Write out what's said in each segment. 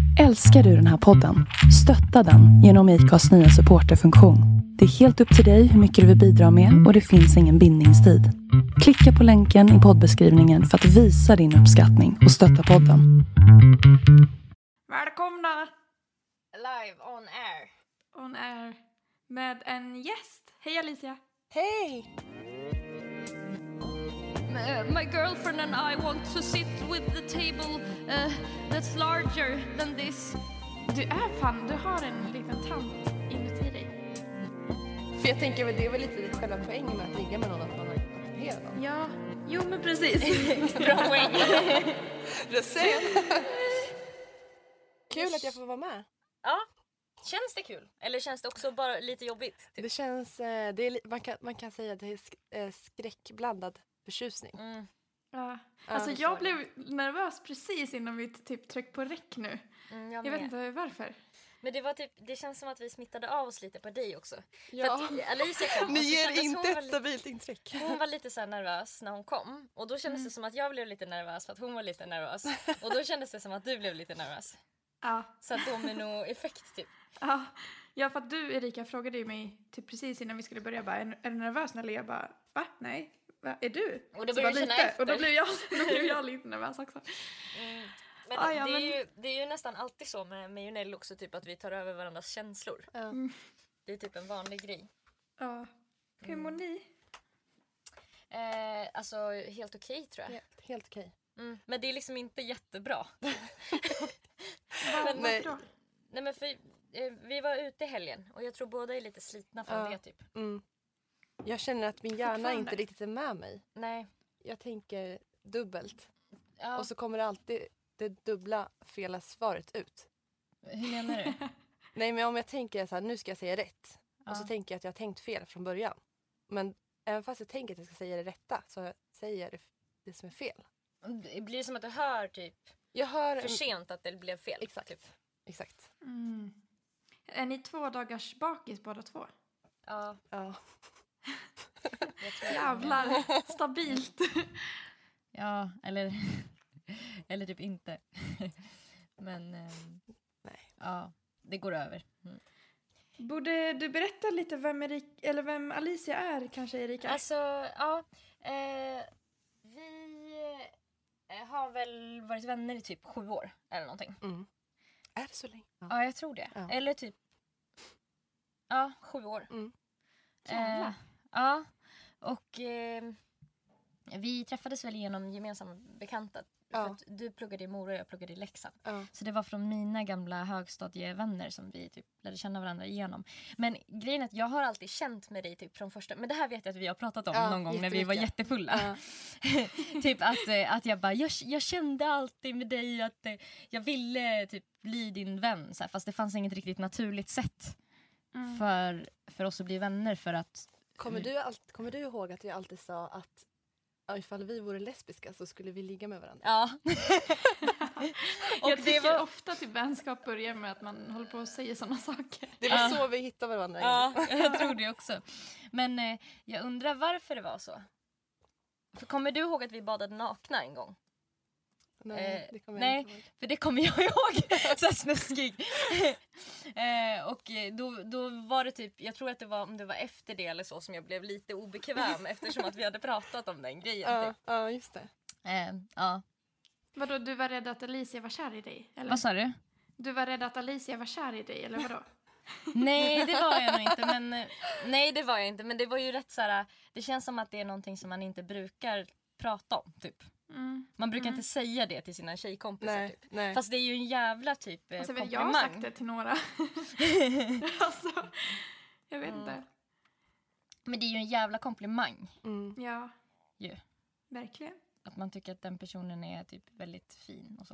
Älskar du den här podden? Stötta den genom IKAs nya supporterfunktion. Det är helt upp till dig hur mycket du vill bidra med och det finns ingen bindningstid. Klicka på länken i poddbeskrivningen för att visa din uppskattning och stötta podden. Välkomna Live on air. on air med en gäst. Hej Alicia. Hej! My girlfriend and I want to sit with the table that's larger than this. Du har en liten tant inuti dig. För jag tänker väl det är väl lite själva poängen med att ligga med någon, att man attraherar någon. Ja, jo men precis. Bra poäng. Kul att jag får vara med. Ja, känns det kul? Eller känns det också bara lite jobbigt? Typ? Det känns, man kan säga att det är skräckblandad förtjusning. Mm. Ja. Alltså jag blev nervös precis innan vi typ tryckte på räck nu. Jag vet med. inte varför. Men det var typ, det känns som att vi smittade av oss lite på dig också. Ja. För att Alicia kom. Ni och så ger kändes inte hon ett stabilt intryck. Hon var lite så här nervös när hon kom. Och då kändes det som att jag blev lite nervös för att hon var lite nervös. Och då kändes det som att du blev lite nervös. Ja. Så att dominoeffekt typ. Ja, för att du Erika frågade ju mig typ precis innan vi skulle börja bara, är du nervös när jag bara, va? Nej. Va? Är du? Och då Så började bara du känna lite. efter. Och då blev jag lite nervös också. Men det är ju nästan alltid så med Junell också typ att vi tar över varandras känslor. Ja. Det är typ en vanlig grej. Ja. Hur mår ni? Alltså helt okej tror jag. Helt okej. Men det är liksom inte jättebra. Varför då? Nej men för vi var ute i helgen och jag tror båda är lite slitna från det typ. Mm. Jag känner att min hjärna Fortfarande. inte riktigt är med mig. Nej. Jag tänker dubbelt. Ja. Och så kommer det alltid det dubbla fela svaret ut. Hur menar du? Nej, men om jag tänker så här, nu ska jag säga rätt. Och så tänker jag att jag har tänkt fel från början. Men även fast jag tänker att jag ska säga det rätta så säger jag det som är fel. Det blir som att du hör typ Jag hör för sent att det blev fel. Exakt. Typ. Exakt. Mm. Är ni 2 dagars bakis båda två? Ja. Ja. Jag tror Jävlar, stabilt. Ja, eller typ inte. Men Nej. ja, det går över. Borde du berätta lite vem Alicia är kanske Erika? Alltså, ja. Vi har väl varit vänner i typ 7 år eller någonting. Mm. Är det så länge? Ja, jag tror det. Ja. Eller typ 7 år. Mm. Jävlar. Ja, och vi träffades väl genom gemensamma bekanta. Ja. För att du pluggade i Mora och jag pluggade i Leksand. Ja. Så det var från mina gamla högstadievänner som vi typ lärde känna varandra igenom. Men grejen är att jag har alltid känt med dig typ från första. Men det här vet jag att vi har pratat om någon gång när vi var jättefulla. Ja. Typ att jag bara, jag kände alltid med dig att jag ville typ bli din vän. Så här, fast det fanns inget riktigt naturligt sätt för oss att bli vänner. För att Kommer du ihåg att jag alltid sa att ifall vi vore lesbiska så skulle vi ligga med varandra? Ja. Och jag tycker ofta typ vänskap börjar med att man håller på och säger sådana saker. Det var så vi hittade varandra. Ja, jag tror det också. Men jag undrar varför det var så. För kommer du ihåg att vi badade nakna en gång? Nej, det kommer jag inte ihåg. För det kommer jag ihåg. Så här snuskig. Och då var det typ, jag tror att det var om det var efter det eller så som jag blev lite obekväm eftersom att vi hade pratat om den grejen. Typ. Ja, just det. Ja. Vadå, du var rädd att Alicia var kär i dig? Eller? Vad sa du? Du var rädd att Alicia var kär i dig, eller vadå? Nej, det var jag nog inte. Men det var ju rätt så här. Det känns som att det är någonting som man inte brukar prata om, typ. Man brukar inte säga det till sina tjejkompisar. Nej, typ. nej. Fast det är ju en jävla typ Alltså, komplimang. jag har sagt det till några. Alltså, jag vet inte. Men det är ju en jävla komplimang. Ja, Ju. verkligen. Att man tycker att den personen är typ väldigt fin och så.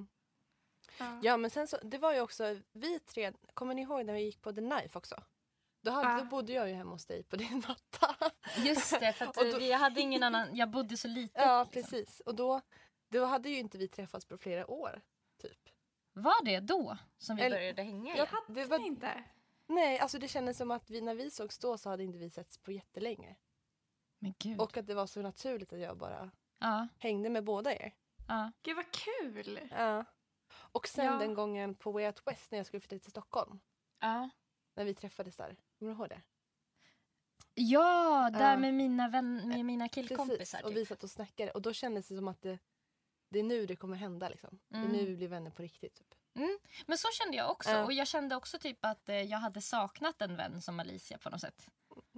Ja, men sen så, det var ju också, vi 3, kommer ni ihåg när vi gick på The Knife också? Då bodde jag ju hemma hos dig på din matta. Just det, för att jag hade ingen annan, jag bodde så lite. Ja, liksom. precis. Och då hade ju inte vi träffats på flera år, typ. Var det då som vi började hänga? Ja, Igen? det var Inte. Nej, alltså det kändes som att när vi sågs då så hade inte vi setts på jättelänge. Men gud. Och att det var så naturligt att jag bara Ja. hängde med båda er. Ja. Gud vad kul! Ja. Och sen den gången på Way Out West när jag skulle flytta till Stockholm. Ja. När vi träffades där. Kommer du ihåg det? Ja, där med mina killkompisar. Precis, och vi satt och snackade. Och då kändes det som att det är nu det kommer hända liksom. Det är nu vi blir vänner på riktigt typ. Men så kände jag också. Och jag kände också typ att jag hade saknat en vän som Alicia på något sätt.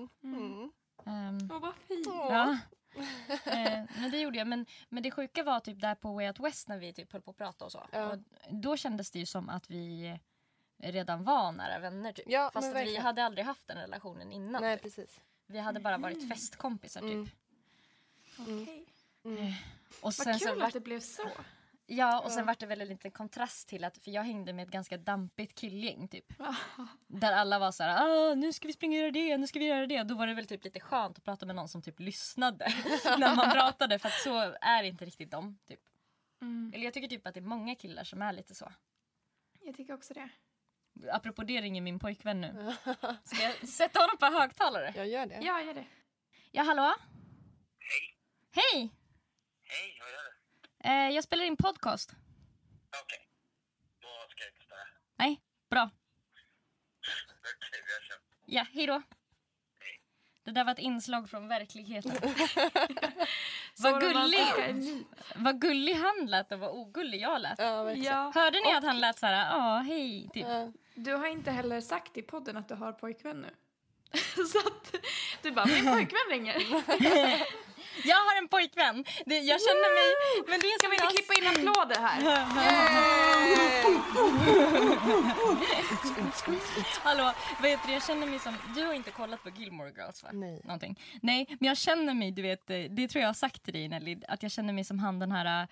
Vad fint. Ja. Men det gjorde jag. Men det sjuka var typ där på Way Out West när vi typ höll på att prata och så. Och då kändes det ju som att vi redan var nära vänner typ. Ja, fast att vi hade aldrig haft den relationen innan. Nej, typ. precis. Vi hade bara varit festkompisar typ. Okej. Och sen Vad kul så att det blev så. Ja, och sen var det väl en liten kontrast till att, för jag hängde med ett ganska dampigt killgäng typ. Där alla var så här, nu ska vi springa och göra det, nu ska vi göra det. Då var det väl typ lite skönt att prata med någon som typ lyssnade när man pratade, för att så är inte riktigt de typ. Eller jag tycker typ att det är många killar som är lite så. Jag tycker också det. Apropå det ringer min pojkvän nu. Ska jag sätta honom på högtalare? Jag gör det. Ja, gör det. Ja, hallå? Hej. Hej! Hej, vad gör du? Jag spelar in podcast. Okej. Då ska jag inte störa. Nej, bra. Okej, vi har kört. Ja, hej då. Det där var ett inslag från verkligheten. Vad gullig han lät och vad ogullig jag lät. Ja, verkligen. Ja. Hörde ni att han lät så här, hej, typ. Du har inte heller sagt i podden att du har pojkvän nu. Så att du bara, min pojkvän ringer. Jag har en pojkvän. Jag känner mig... Men det är Ska vi inte klippa in applåder här? Hallå, vet du, jag känner mig som... Du har inte kollat på Gilmore Girls, va? Nej. Någonting. Nej, men jag känner mig, du vet... Det tror jag har sagt till dig, Nelly. Att jag känner mig som han, den här...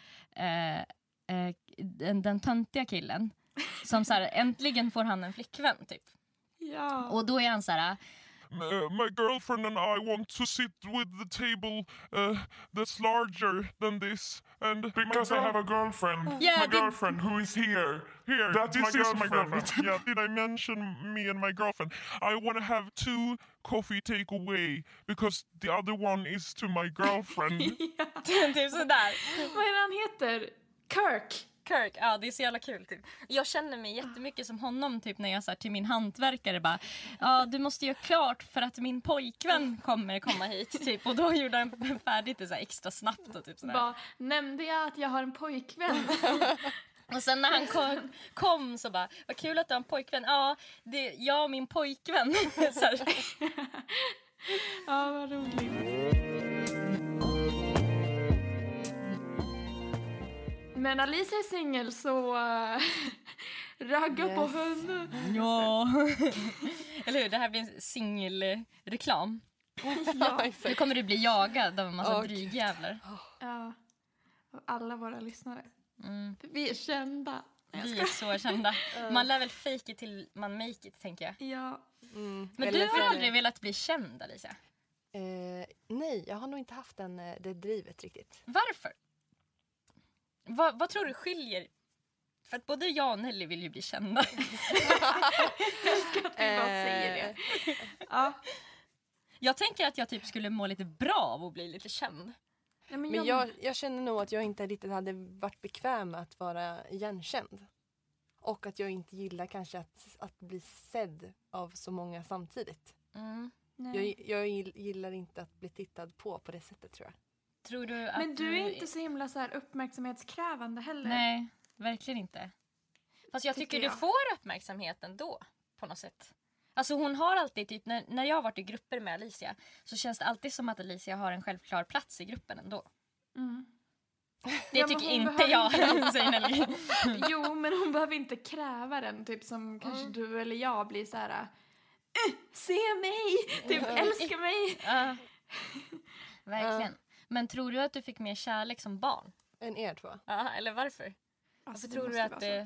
den töntiga killen. Som så här, äntligen får han en flickvän, typ. Ja. Och då är han så här... My girlfriend and I want to sit with the table that's larger than this. And because I have a girlfriend. Yeah, my girlfriend who is here. Here, that's this is my girlfriend. Yeah, did I mention me and my girlfriend? I want to have 2 coffee takeaway because the other one is to my girlfriend. typ sådär. Vad är det han heter? Kirk. Kirk, ja, det är så jävla kul typ. Jag känner mig jättemycket som honom typ när jag sa till min hantverkare bara, du måste göra klart för att min pojkvän kommer komma hit typ, och då gjorde han färdigt det så här extra snabbt och typ sådär. Bara, nämnde jag att jag har en pojkvän? Och sen när han kom så bara, vad kul att du har en pojkvän. Ja, det är jag och min pojkvän. Så här. Ja, vad roligt. Men Alicia är singel, så ragga på henne. Ja. Eller hur, det här blir en singelreklam. Ja. Nu kommer du bli jagad av en massa drygjävlar. Ja. Av alla våra lyssnare. Vi är kända. Vi är så kända. Man lär väl fake it till man make it, tänker jag. Ja. Men du har aldrig velat bli känd, Alicia? Nej, jag har nog inte haft det drivet riktigt. Varför? Vad tror du skiljer? För att både jag och Nelly vill ju bli kända. Jag ska att vi bara säger det. Ja. Jag tänker att jag typ skulle må lite bra av att bli lite känd. Nej, Men jag känner nog att jag inte riktigt hade varit bekväm med att vara igenkänd. Och att jag inte gillar kanske att bli sedd av så många samtidigt. Jag gillar inte att bli tittad på det sättet, tror jag. Tror du att Men du är inte så himla så här uppmärksamhetskrävande heller. Nej, verkligen inte. Fast jag tycker du får uppmärksamhet ändå, på något sätt. Alltså hon har alltid, typ, när jag har varit i grupper med Alicia, så känns det alltid som att Alicia har en självklar plats i gruppen ändå. Det tycker inte jag, säger Nelly. Jo, men hon behöver inte kräva den, typ som kanske du eller jag blir så här. Se mig, typ älska mig. Verkligen. Men tror du att du fick mer kärlek som barn? Än er, tror jag. Ja, eller varför? Alltså, Varför tror du att det...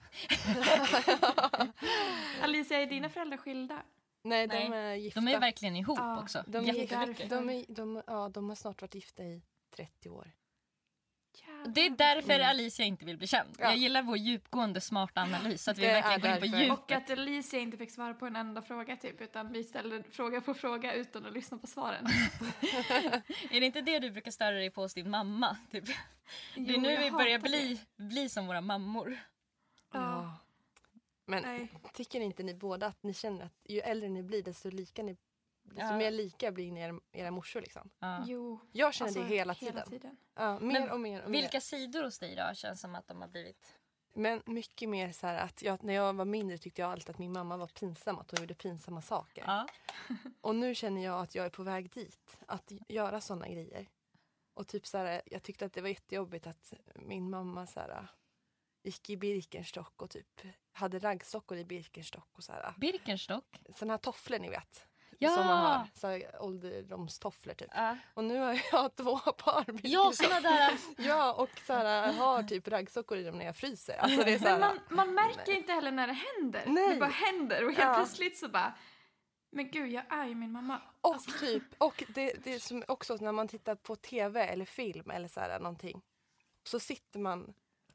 Alicia, är dina föräldrar skilda? Nej, de är gifta. De är verkligen ihop också. De Jättemycket. De har snart varit gifta i 30 år. Det är därför Alicia inte vill bli känd. Jag gillar vår djupgående, smarta analys. Så att vi Det verkligen går in på därför. djupet. Och att Alicia inte fick svara på en enda fråga typ, utan vi ställde fråga på fråga utan att lyssna på svaren. Är det inte det du brukar störa dig på hos din mamma? Typ? Det är Jo, nu jag vi börjar hatar bli som våra mammor. Ja. Men Nej. tycker inte ni båda att ni känner att ju äldre ni blir desto mer lika blir ni era morsor liksom? Ja. Jo. Jag känner det hela tiden. Ja, mer och mer. Vilka sidor hos dig då känns som att de har blivit? Men mycket mer så här att när jag var mindre tyckte jag alltid att min mamma var pinsam. Att hon gjorde pinsamma saker. Ja. Och nu känner jag att jag är på väg dit. Att göra såna grejer. Och typ så här, jag tyckte att det var jättejobbigt att min mamma så här, gick i Birkenstock och typ hade raggsockor i Birkenstock och så här. Birkenstock? Såna här tofflor ni vet. Ja! Som man har. Så här ålderdomstofflor typ. Ja. Och nu har jag 2 par Birkenstock. Ja, såna där. Ja, och så här, har typ raggsockor i dem när jag fryser. Alltså det är så här, Men man märker inte heller när det händer. Nej. Det bara händer och helt plötsligt så bara... Men gud, jag är ju min mamma. och typ, och det är som också när man tittar på tv eller film eller så här någonting. Så sitter man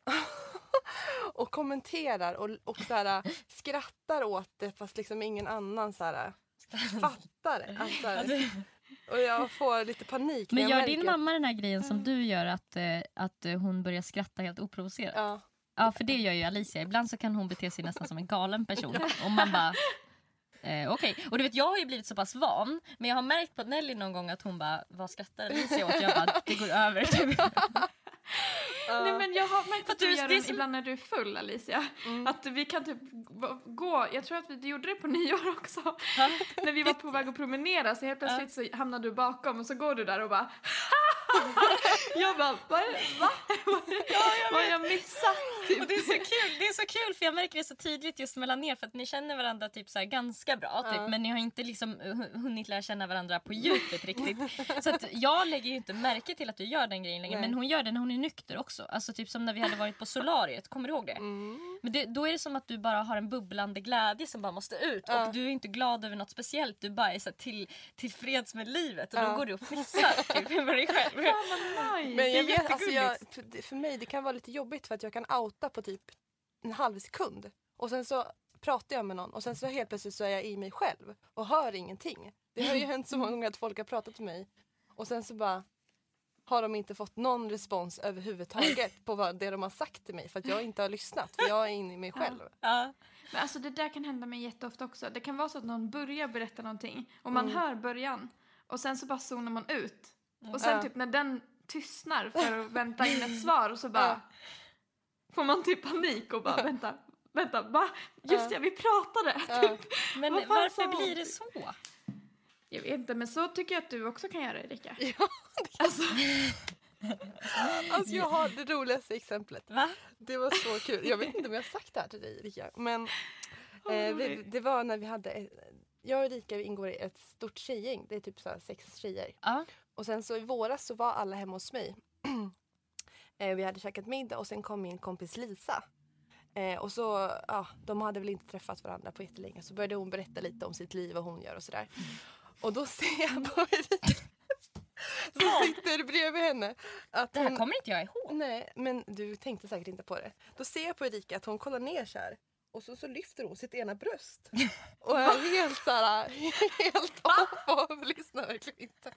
och kommenterar och så här, skrattar åt det fast liksom ingen annan så här, fattar det. Alltså, och jag får lite panik. Men gör din mamma den här grejen som du gör att hon börjar skratta helt oprovocerat? Ja. Ja, för det gör ju Alicia. Ibland så kan hon bete sig nästan som en galen person. Och man bara... Okej. Och du vet, jag har ju blivit så pass van. Men jag har märkt på Nelly någon gång att hon bara, vad skrattar Alicia åt? Jag bara, det går över. Typ. Nej, men jag har märkt att du gör det som... ibland när du är full, Alicia. Att vi kan typ gå, jag tror att vi gjorde det på nyår också. När vi var på väg att promenera så helt plötsligt så hamnade du bakom och så går du där och bara jag bara, va? Vad jag missat? Typ. Och det är så kul för jag märker det så tydligt just mellan er för att ni känner varandra typ så här ganska bra typ, men ni har inte liksom hunnit lära känna varandra på djupet riktigt. Så att jag lägger ju inte märke till att du gör den grejen längre, men hon gör det när hon är nykter också. Alltså typ som när vi hade varit på solariet, kommer du ihåg det? Men då är det som att du bara har en bubblande glädje som bara måste ut och du är inte glad över något speciellt, du bara är så tillfreds med livet och då går du och fnissar typ för dig själv. Men jag vet, alltså för mig det kan vara lite jobbigt för att jag kan outa på typ en halv sekund. Och sen så pratar jag med någon och sen så helt plötsligt så är jag i mig själv och hör ingenting. Det har ju hänt så många gånger att folk har pratat med mig och sen så bara har de inte fått någon respons överhuvudtaget på det de har sagt till mig för att jag inte har lyssnat för jag är inne i mig själv. Ja. Men alltså det där kan hända mig jätteofta också. Det kan vara så att någon börjar berätta någonting och man hör början och sen så bara zonar man ut. Och sen typ när den tystnar för att vänta in ett svar och så bara får man typ panik och bara vänta, va? Just det, vi pratade. Typ. Men varför blir det så? Jag vet inte, men så tycker jag att du också kan göra, Erika. Ja, alltså jag har det roligaste exemplet. Va? Det var så kul. Jag vet inte om jag har sagt det här till dig, Erika. Men det var när vi hade... Jag och Erika ingår i ett stort tjejgäng. Det är typ så här 6 tjejer. Ja. Och sen så i våras så var alla hemma hos mig. Vi hade käkat middag och sen kom min kompis Lisa. Och så, de hade väl inte träffat varandra på jättelänge. Så började hon berätta lite om sitt liv och hon gör och sådär. Och då ser jag på Erika som sitter bredvid henne. Att det här kommer inte jag ihåg. Nej, men du tänkte säkert inte på det. Då ser jag på Erika att hon kollar ner så här. Och så lyfter hon sitt ena bröst. Och är helt såhär, helt off och lyssnar verkligen inte.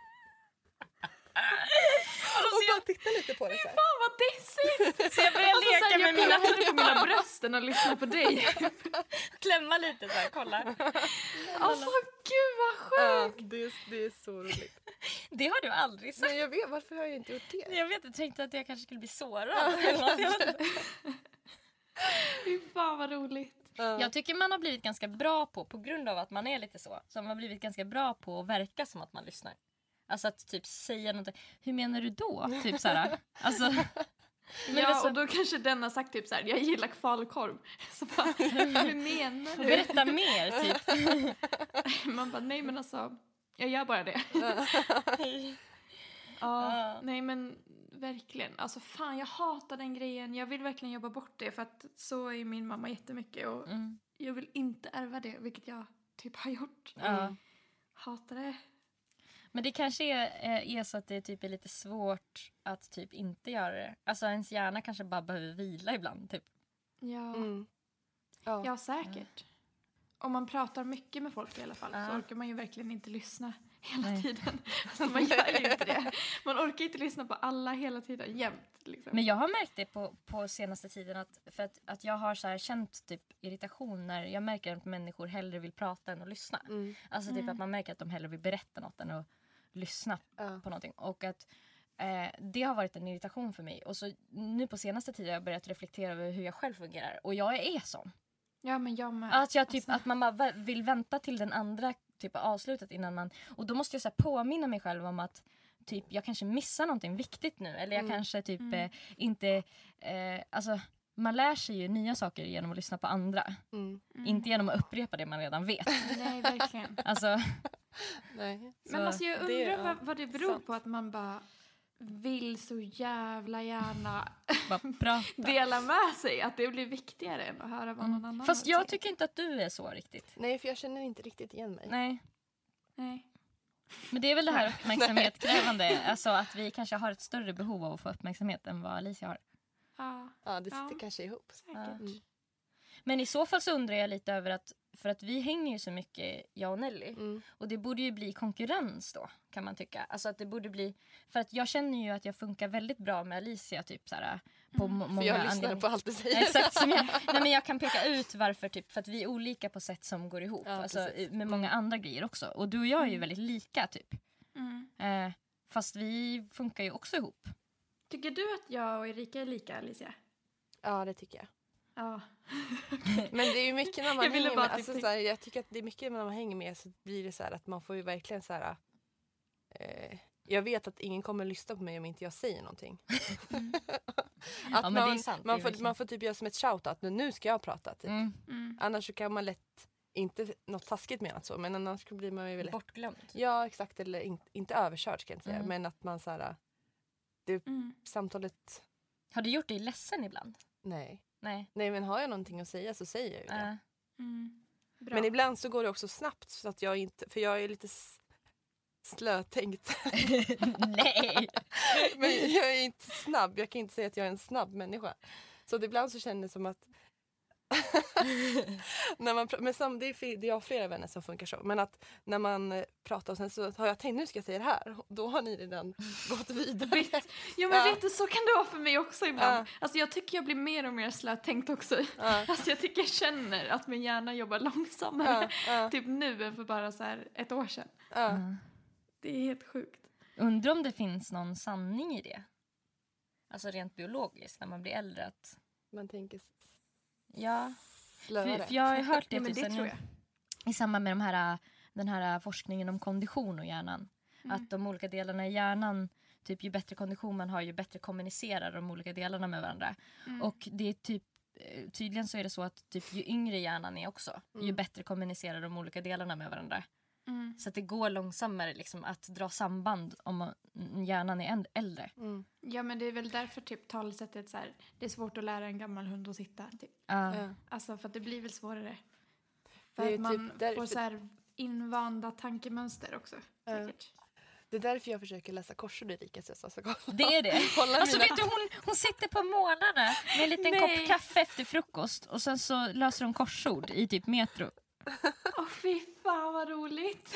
Och bara tittar lite på det såhär. Fan vad dissigt! Så jag börjar leka med mina på mina brösten och lyssna på dig. klämma lite så här, kolla. Alltså gud vad sjukt! Det är så roligt. Det har du aldrig sagt. Men jag vet, varför har jag inte gjort det? Jag tänkte att jag kanske skulle bli sårad. Eller något. Fy fan vad roligt. Jag tycker man har blivit ganska bra på grund av att man är lite så man har blivit ganska bra på att verka som att man lyssnar. Alltså att typ säga något. Hur menar du då? Typ såhär. Alltså, och då kanske den har sagt typ såhär, jag gillar falukorv. Så bara, hur menar du? Berätta mer typ. Man bara, nej men alltså, jag gör bara det. Nej men verkligen. Alltså fan, jag hatar den grejen. Jag vill verkligen jobba bort det för att så är min mamma jättemycket och jag vill inte ärva det, vilket jag typ har gjort. Hatar det. Men det kanske är så att det typ är lite svårt att typ inte göra det. Alltså ens hjärna kanske bara behöver vila ibland typ. Ja, säkert. om man pratar mycket med folk i alla fall så orkar man ju verkligen inte lyssna hela tiden. Alltså man gör ju inte det. Man orkar inte lyssna på alla hela tiden, jämt. Liksom. Men jag har märkt det på senaste tiden att jag har så här känt typ irritation när jag märker att människor hellre vill prata än att lyssna. Alltså typ att man märker att de hellre vill berätta något än att lyssna på någonting. Och att det har varit en irritation för mig. Och så nu på senaste tiden har jag börjat reflektera över hur jag själv fungerar. Och jag är sån. Ja, men jag med. Att man bara vill vänta till den andra typ avslutet innan man... Och då måste jag så här påminna mig själv om att typ jag kanske missar någonting viktigt nu. Eller jag kanske typ inte... alltså man lär sig ju nya saker genom att lyssna på andra. Inte genom att upprepa det man redan vet. Nej, verkligen. Alltså... Nej. Men alltså jag undrar vad det beror sant. på att man bara vill så jävla gärna bara prata. dela med sig. Att det blir viktigare än att höra vad någon annan Fast har jag att säga. tycker inte att du är så riktigt. Nej, för jag känner inte riktigt igen mig. Nej. Men det är väl det här uppmärksamhetskrävande. Alltså att vi kanske har ett större behov av att få uppmärksamhet än vad Alicia har. Ja, det sitter kanske ihop. Säkert. Men i så fall så undrar jag lite över att för att vi hänger ju så mycket, jag och Nelly. Och det borde ju bli konkurrens då, kan man tycka. Alltså att det borde bli... För att jag känner ju att jag funkar väldigt bra med Alicia, typ såhär, på många För jag lyssnar på allt du säger. Exakt, men jag kan peka ut varför, typ, för att vi är olika på sätt som går ihop. Alltså, med många andra grejer också. Och du och jag är ju väldigt lika, typ. Fast vi funkar ju också ihop. Tycker du att jag och Erika är lika, Alicia? Ja, det tycker jag. Ja. Men det är ju mycket när man Jag ville hänger bara med. Alltså, så här, jag tycker att det är mycket när man hänger med så blir det så här att man får ju verkligen så här... jag vet att ingen kommer lyssna på mig om inte jag säger någonting. Att men det är sant, man får typ göra som ett shout-out. Nu ska jag prata. Typ. Annars så kan man lätt... Inte något taskigt menat så. Men annars blir man ju väldigt... Bortglömd. Ja, exakt. Eller inte överkörd ska jag inte säga. Men att man så här... Samtalet... Har du gjort dig ledsen ibland? Nej. Nej. Nej, men har jag någonting att säga så säger jag ju det. Bra. Men ibland så går det också snabbt så att jag inte... För jag är lite slötänkt. Nej. Men jag är inte snabb. Jag kan inte säga att jag är en snabb människa. Så ibland så känner det som att... när man men det är jag har flera vänner som funkar så. Men att när man pratar och sen så har jag tänkt nu ska jag säga det här. Då har ni redan gått vidare. Ja, men vet du, så kan det vara för mig också ibland. Alltså jag tycker jag blir mer och mer slötänkt också. Alltså jag tycker jag känner att min hjärna jobbar långsammare. Typ nu än för bara så här ett år sedan. Det är helt sjukt. Undrar om det finns någon sanning i det. Alltså rent biologiskt när man blir äldre att... Man tänker Ja, slöare. för jag har hört det, Ja, men det tror jag. I samband med den här forskningen om kondition och hjärnan. Att de olika delarna i hjärnan, typ ju bättre kondition man har, ju bättre kommunicerar de olika delarna med varandra. Och det är typ, tydligen så är det så att typ ju yngre hjärnan är också, ju bättre kommunicerar de olika delarna med varandra. Så att det går långsammare liksom, att dra samband om hjärnan är äldre. Ja, men det är väl därför typ talesättet så här, det är svårt att lära en gammal hund att sitta. Typ. Alltså för att det blir väl svårare. För Det är att man typ därför... får så här invanda tankemönster också. Säkert. Det är därför jag försöker läsa korsord i Rika. Det är det. Alltså vet du, hon sitter på morgnarna med en liten kopp kaffe efter frukost. Och sen så löser hon korsord i typ Metro. Fy fan vad roligt.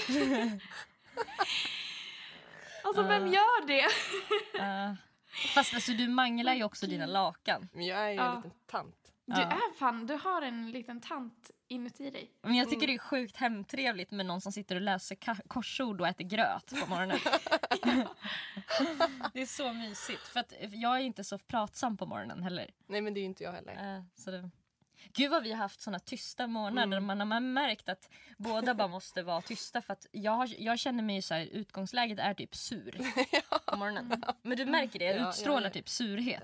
Alltså vem gör det? Fast alltså du manglar ju också dina lakan. Men jag är ju en liten tant. Du har en liten tant inuti dig. Men jag tycker det är sjukt hemtrevligt med någon som sitter och läser korsord och äter gröt på morgonen. Det är så mysigt. För att jag är inte så pratsam på morgonen heller. Nej, men det är ju inte jag heller. Så det... Gud vad vi har haft såna tysta månader där man har märkt att båda bara måste vara tysta. För att jag känner mig så här, utgångsläget är typ sur på morgonen. Men du märker det, jag utstrålar typ surhet.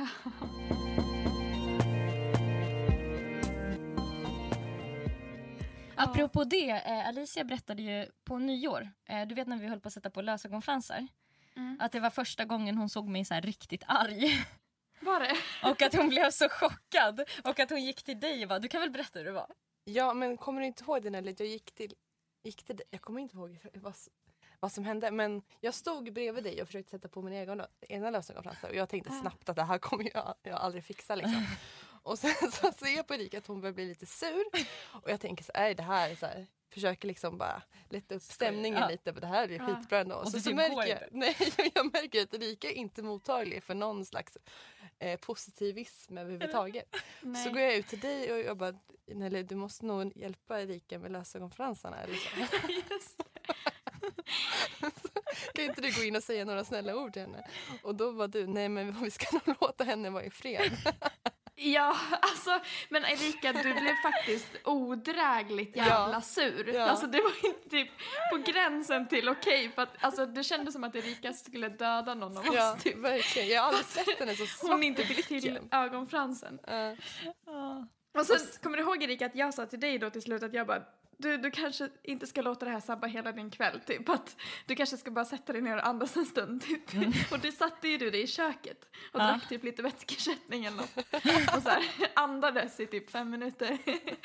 Apropå det, Alicia berättade ju på nyår, du vet när vi höll på att sätta på lösögonfransar, att det var första gången hon såg mig så här riktigt arg. Var det? Och att hon blev så chockad. Och att hon gick till dig och bara, du kan väl berätta hur det var? Ja, men kommer du inte ihåg det när jag gick till jag kommer inte ihåg vad som hände. Men jag stod bredvid dig och försökte sätta på min ena lösögonfransar. Och jag tänkte snabbt att det här kommer jag aldrig fixa liksom. Och sen så ser jag på Erika att hon börjar bli lite sur. Och jag tänker så här, det här är så här, försöker liksom bara lätta upp stämningen lite. Det här blir skitbra ändå. Och Så märker jag märker att Erika är inte mottaglig för någon slags positivism överhuvudtaget. Så går jag ut till dig och jag bara, Nelly, du måste nog hjälpa Erika med lösögonfransarna eller så. Kan inte du gå in och säga några snälla ord till henne? Och då var du, nej men vi ska nog låta henne vara i fred. Ja, alltså, men Erika, du blev faktiskt odrägligt jävla sur. Ja. Alltså det var inte typ på gränsen till okej, för att alltså, det kändes som att Erika skulle döda någon av oss. Typ. Verkligen. Jag har aldrig sett henne så svart. Hon inte fick till ögonfransen. Och så kommer du ihåg, Erika, att jag sa till dig då till slut att jag bara, du kanske inte ska låta det här sabba hela din kväll, typ. Att du kanske ska bara sätta dig ner och andas en stund, typ. Och det satte ju du dig i köket och drack typ lite vätskeersättning eller något. Och så här andades i typ 5 minuter.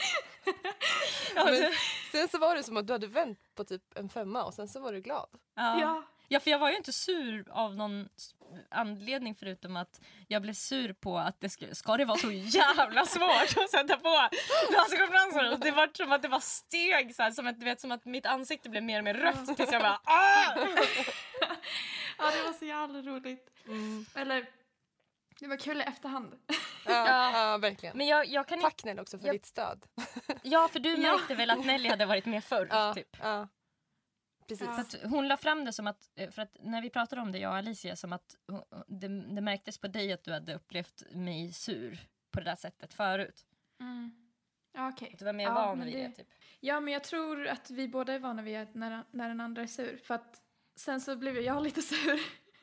Men sen så var det som att du hade vänt på typ en 5 och sen så var du glad. Ja, för jag var ju inte sur av någon anledning förutom att jag blev sur på att det ska det vara så jävla svårt att sätta på lösögonfransar. Det var som att det var steg så här, som att mitt ansikte blev mer och mer rött tills jag bara Ja, det var så jävla roligt. Eller det var kul i efterhand. Ja, verkligen. Men jag kan tack Nelly också för ditt stöd. Ja, för du märkte väl att Nelly hade varit med förr typ. Ja. Precis. För att hon la fram det som att, för att när vi pratade om det, jag och Alicia, som att det märktes på dig att du hade upplevt mig sur på det där sättet förut. Okej. Du var mer van vid det typ. Ja, men jag tror att vi båda är vana vid att när den andra är sur. För att sen så blev jag lite sur.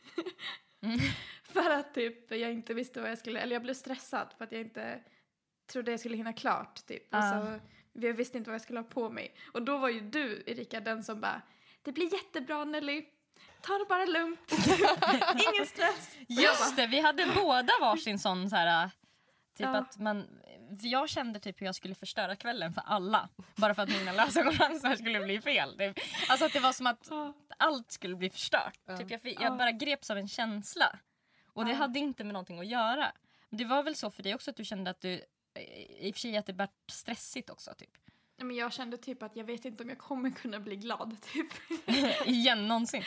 För att typ jag inte visste vad jag skulle, eller jag blev stressad för att jag inte trodde jag skulle hinna klart typ. Och så jag visste inte vad jag skulle ha på mig. Och då var ju du, Erika, den som bara, det blir jättebra Nelly. Ta det bara lugnt. Ingen stress. Just det, vi hade båda varsin sån så här typ att jag kände typ hur jag skulle förstöra kvällen för alla. Bara för att mina lösögonfransar skulle bli fel. Alltså att det var som att allt skulle bli förstört. Typ jag bara greps av en känsla. Och det hade inte med någonting att göra. Men det var väl så för dig också att du kände att du, i och för sig att det var stressigt också typ. Men jag kände typ att jag vet inte om jag kommer kunna bli glad typ. Igen någonsin.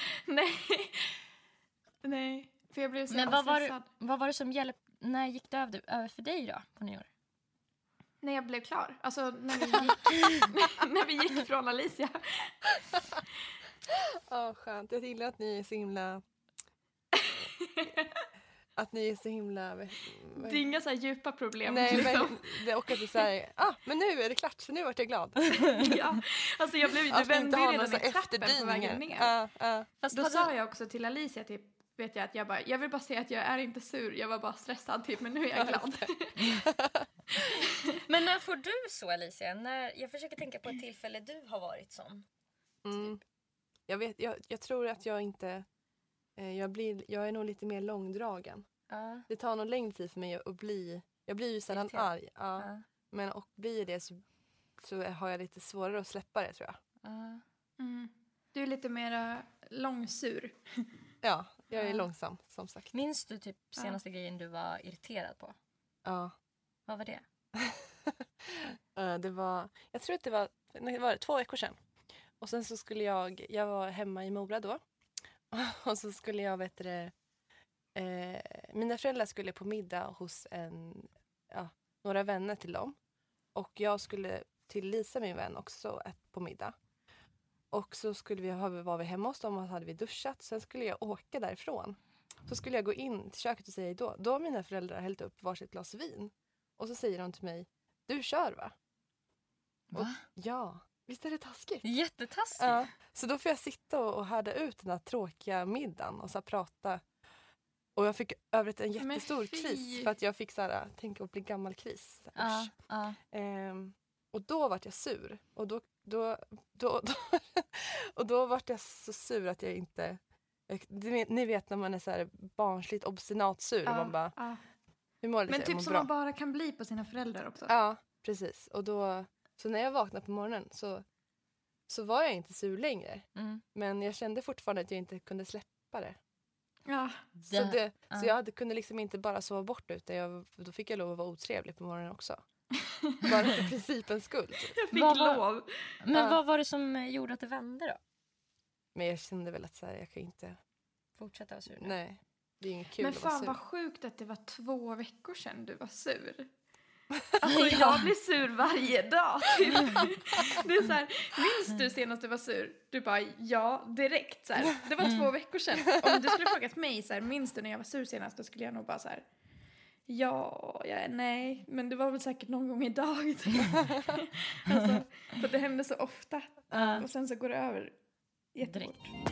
Nej, för jag blev så stressad. Men vad var det som hjälpte? När gick det över för dig då på nyår? När jag blev klar. Alltså när vi gick från Alicia. Skönt. Jag gillar att ni är så himla... Att ni är så himla... Det är inga så här djupa problem. Nej, liksom. det och att det säger, men nu är det klart så nu vart jag glad. Ja, alltså jag blev ju vände redan i trappen på vägen ner. Fast då sa jag också till Alicia typ, vet jag att jag vill bara säga att jag är inte sur, jag var bara stressad typ, men nu är jag glad. Men när får du så, Alicia? Jag försöker tänka på ett tillfälle du har varit sån. Jag tror att jag inte... Jag är nog lite mer långdragen. Det tar nog längre tid för mig att bli... Jag blir ju sällan arg. Men och blir det så har jag lite svårare att släppa det, tror jag. Du är lite mer långsur. Ja, jag är långsam, som sagt. Minns du typ senaste grejen du var irriterad på? Ja. Vad var det? Det var... Jag tror att det var 2 veckor sedan. Och sen så skulle jag var hemma i Mora då. Och så skulle jag, mina föräldrar skulle på middag hos några vänner till dem. Och jag skulle till Lisa, min vän, också på middag. Och så var vi hemma hos dem och hade vi duschat. Sen skulle jag åka därifrån. Så skulle jag gå in till köket och säga då har mina föräldrar hällt upp varsitt glas vin. Och så säger de till mig, du kör va? Va? Och, ja. Visst är det taskigt? Jättetaskigt. Ja, så då får jag sitta och härda ut den här tråkiga middagen och så prata. Och jag fick övrigt en jättestor kris för att jag fick så här, tänka att bli gammal kris. Och då vart jag sur. Och då vart jag så sur att jag inte... Ni vet när man är så här barnsligt obstinat sur. Och man bara, hur mår det? Men typ som man bara kan bli på sina föräldrar också. Ja, precis. Och då... Så när jag vaknade på morgonen så var jag inte sur längre. Men jag kände fortfarande att jag inte kunde släppa det. Ja. Så jag kunde liksom inte bara sova bort utan då fick jag lov att vara otrevlig på morgonen också. Bara för principens skull. Jag fick lov. Men vad var det som gjorde att det vände då? Men jag kände väl att så här, jag kan inte Fortsätta vara sur? Nej, det är inget kul Men att vara fan sur. vad sjukt att det var 2 veckor sedan du var sur. Alltså jag blir sur varje dag. Typ. Det är så här, minns du senast du var sur? Du bara, ja, direkt. Så här. Det var 2 veckor sedan. Om du skulle frågat mig, så här, minns du när jag var sur senast? Då skulle jag nog bara så här, nej. Men det var väl säkert någon gång idag. Alltså, för det hände så ofta. Och sen så går det över jättefort.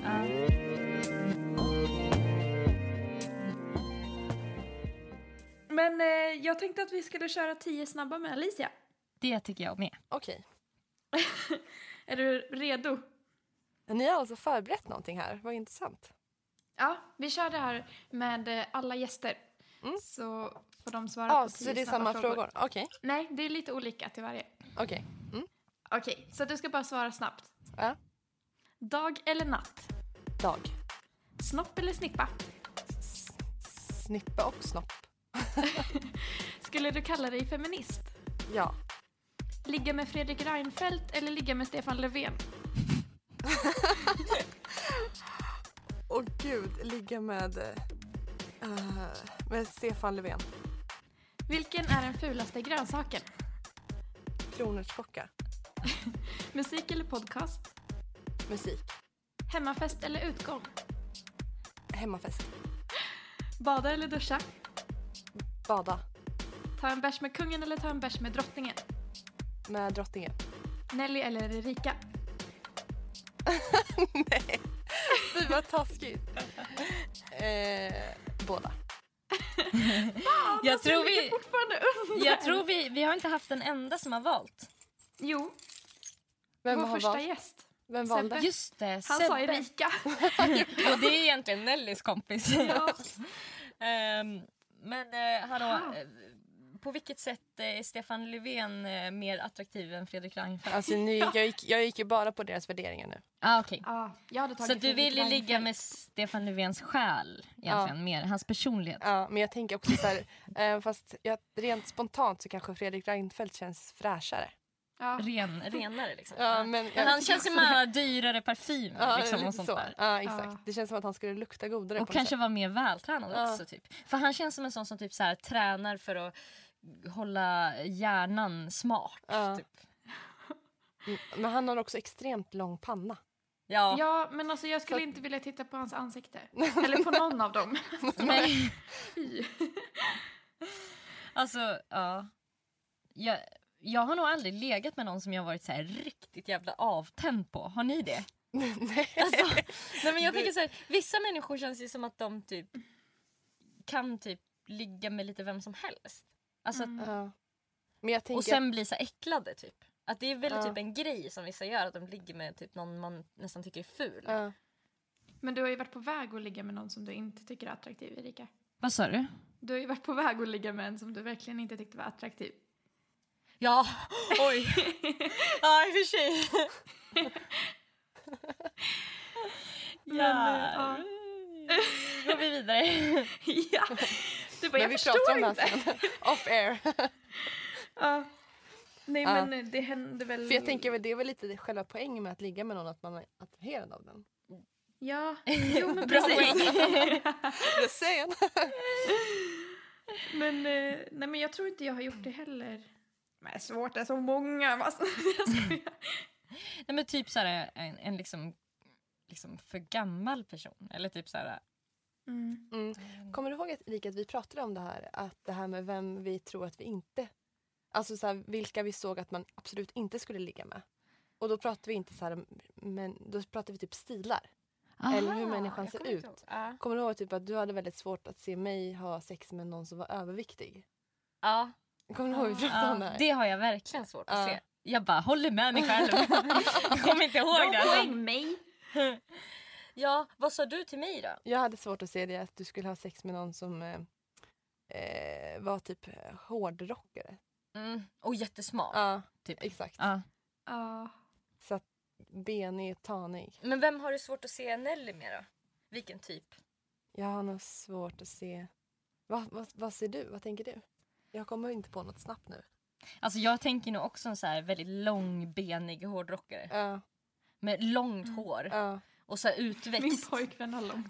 Men jag tänkte att vi skulle köra 10 snabba med Alicia. Det tycker jag med. Okej. Är du redo? Ni har alltså förberett någonting här, vad intressant. Ja, vi kör det här med alla gäster. Så får de svara på 10 så det är snabba samma frågor? Okej. Nej, det är lite olika till varje. Okej. Okej, så du ska bara svara snabbt. Ja. Dag eller natt? Dag. Snopp eller snippa? Snippa och snopp. Skulle du kalla dig feminist? Ja. Ligga med Fredrik Reinfeldt eller ligga med Stefan Löfven? Åh gud, ligga med Stefan Löfven. Vilken är den fulaste grönsaken? Kronärtskocka. Musik eller podcast? Musik. Hemmafest eller utgång? Hemmafest. Bada eller duscha? Bada. Ta en bärs med kungen eller ta en bärs med drottningen? Med drottningen. Nelly eller Erika? Nej, det var taskigt. Båda. Jag tror ligger fortfarande under. Jag tror vi har inte haft en enda som har valt. Jo, Vem vår har första valt? gäst. Vem valde? Sebbe. Just det, Han Sebbe. sa Erika. Och det är egentligen Nellys kompis. Ja. Men hallå, på vilket sätt är Stefan Löfven mer attraktiv än Fredrik Reinfeldt? Alltså jag gick ju bara på deras värderingar nu. Okej. Ja, jag hade tagit Så du Fredrik vill ju ligga Reinfeldt. med Stefan Löfvens själ egentligen, mer hans personlighet. Ja, men jag tänker också så här, fast rent spontant så kanske Fredrik Reinfeldt känns fräschare. Ja. Renare liksom. Ja, men han känns ju med dyrare parfym liksom, lite och sånt så. där. Ja, exakt. Ja. Det känns som att han skulle lukta godare Och på kanske något vara mer vältränad också typ. För han känns som en sån som typ så här tränar för att hålla hjärnan smart Ja. typ. sätt. Men han har också extremt lång panna. Ja. Ja, men alltså jag skulle inte vilja titta på hans ansikte. Eller på någon av dem. Nej. Fy. Alltså, ja. Jag har nog aldrig legat med någon som jag varit så här riktigt jävla avtänd på. Har ni det? Nej. Alltså, nej men jag tänker så här, vissa människor känns ju som att de typ kan typ ligga med lite vem som helst. Alltså att, Ja. Men jag tänker och sen bli så här äcklade typ. Att det är väl typ en grej som vissa gör, att de ligger med typ någon man nästan tycker är ful. Ja. Men du har ju varit på väg att ligga med någon som du inte tycker är attraktiv, Erika. Vad sa du? Du har ju varit på väg att ligga med en som du verkligen inte tyckte var attraktiv. Ja, oj. Ja, i och för sig. Ja. Går vi vidare? Ja. Du bara, Men jag vi förstår pratar om det inte. här sen. Off air. Ja. Nej, Ja. men det hände väl... För jag tänker väl det är väl lite själva poängen med att ligga med någon, att man är attraherad av den. Ja, jo men Bra precis. poäng. Jag säger. Men, nej, men jag tror inte jag har gjort det heller. Men svårt, det är så många. Alltså, jag skojar. Nej men typ så här en liksom för gammal person. Eller typ så här. Mm. Kommer du ihåg att vi pratade om det här? Att det här med vem vi tror att vi inte... Alltså så här, vilka vi såg att man absolut inte skulle ligga med. Och då pratade vi inte så här, men då pratade vi typ stilar. Eller hur människan ser ut. Kommer du ihåg typ att du hade väldigt svårt att se mig ha sex med någon som var överviktig? Ja. Kommer du ihåg vi pratade om det här? Det har jag verkligen svårt att Ja. se. Jag bara håller med mig själv. Jag kommer inte ihåg Bra det. poäng, mig. Ja, vad sa du till mig då? Jag hade svårt att se det, att du skulle ha sex med någon som var typ hårdrockare. Och jättesmal. Ja, Typ. exakt. Ja. Ja. Så att benig, tanig. Men vem har du svårt att se Nelly med då? Vilken typ? Jag har nog svårt att se. Vad ser du? Vad tänker du? Jag kommer inte på något snabbt nu. Alltså jag tänker nog också en så här väldigt långbenig hårdrockare. Med långt hår. Och så här utväxt. Min pojkvän har långt.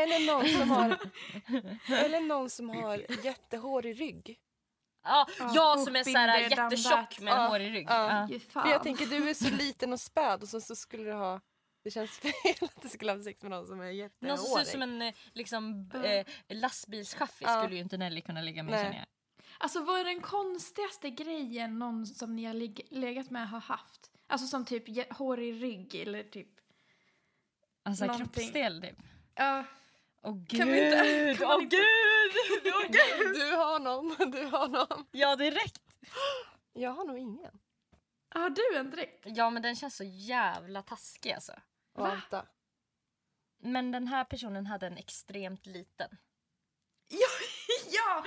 Eller någon som har jättehårig rygg. Jag som är så här jättetjock med en hårig rygg. För jag tänker, du är så liten och späd och så skulle du ha... Det känns fel att du skulle ha sex med någon som är jättehårig. Någon som ser ut som en liksom, lastbilschaffis skulle ju inte Nelly kunna ligga med, känner jag. Alltså vad är den konstigaste grejen någon som ni har legat med har haft? Alltså som typ hårig rygg eller typ... Alltså kroppsdel typ. Ja. Åh gud! Kan vi inte? Åh gud! Du har någon. Ja, direkt. Jag har nog ingen. Har du en direkt? Ja, men den känns så jävla taskig alltså. Vänta. Men den här personen hade en extremt liten. Ja!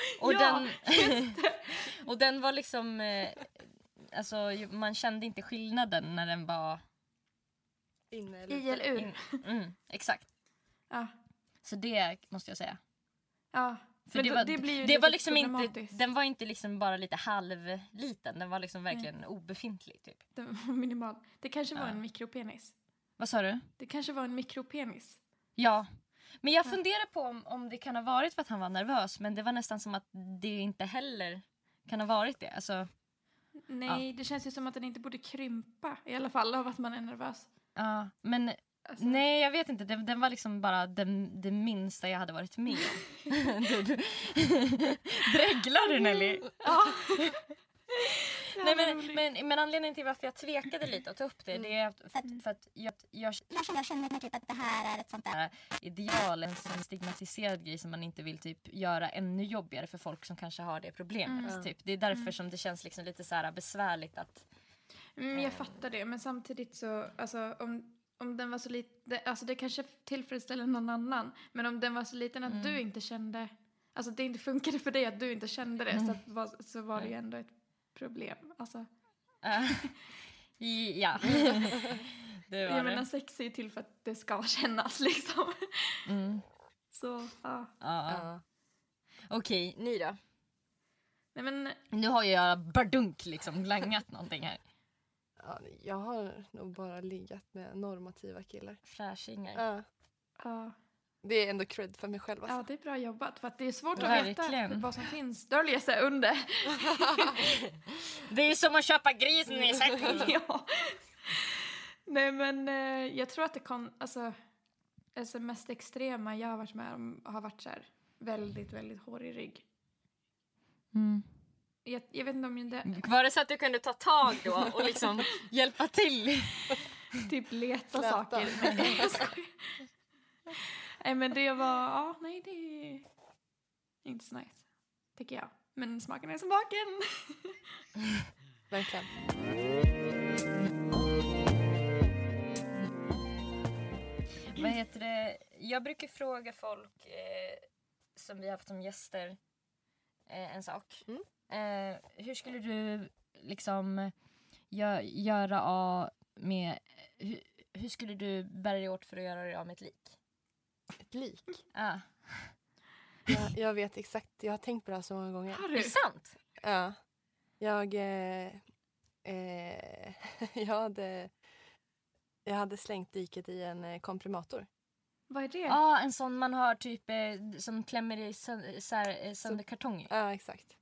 Och den var liksom... alltså, man kände inte skillnaden när den var... Inne eller I eller ur. Exakt. Ja. Så det måste jag säga. Ja. För det var liksom inte, den var inte liksom bara lite halvliten. Den var liksom verkligen obefintlig typ. Den var minimal. Det kanske var en mikropenis. Vad sa du? Det kanske var en mikropenis. Ja. Men jag funderar på om det kan ha varit för att han var nervös. Men det var nästan som att det inte heller kan ha varit det. Alltså, nej, det känns ju som att den inte borde krympa. I alla fall av att man är nervös. Ja, men... Alltså. Nej, jag vet inte. Den var liksom bara det minsta jag hade varit med om. Dreglar du, Nelly? Ja. Nej, men anledningen till varför jag tvekade lite att ta upp det är för att jag känner typ att det här är ett sånt där ideal, en sån stigmatiserad grej som man inte vill typ göra ännu jobbigare för folk som kanske har det problemet. Typ. Det är därför som det känns liksom lite så här besvärligt att... jag fattar det, men samtidigt så... Alltså, om den var så liten, alltså det kanske tillfredsställer någon annan, men om den var så liten att du inte kände, alltså det inte funkade för dig att du inte kände det, så var det ju ändå ett problem, alltså. Ja. Det var jag menar, sex är ju till för att det ska kännas liksom. Så, ja. Okej, ni då? Nej, men... Nu har jag bardunk liksom langat någonting här. Ja, jag har nog bara liggat med normativa killar. Fräschingar. Ja. Det är ändå cred för mig själv. Alltså. Ja, det är bra jobbat. För att det är svårt att veta vad som finns. Döljer sig under. Det är som att köpa grisen i säcken. Ja. Nej, men jag tror att det kan... Alltså mest extrema jag har varit med om har varit så här väldigt, väldigt hårig rygg. Jag vet inte om det... Var det så att du kunde ta tag då och liksom hjälpa till? Typ leta saker. Nej, men det var... nej, det är inte så nice, tycker jag. Men smaken är som baken. Verkligen. Vad heter det? Jag brukar fråga folk som vi har haft som gäster en sak. Hur skulle du liksom göra av med... Hur skulle du bära dig åt för att göra dig av med ett lik? Ett lik? Ja. Jag vet exakt. Jag har tänkt på det här så många gånger. Har du? Är det sant? Ja. Jag hade slängt liket i en komprimator. Vad är det? Ja, en sån man har typ som klämmer i sönder kartonger. Ja, exakt.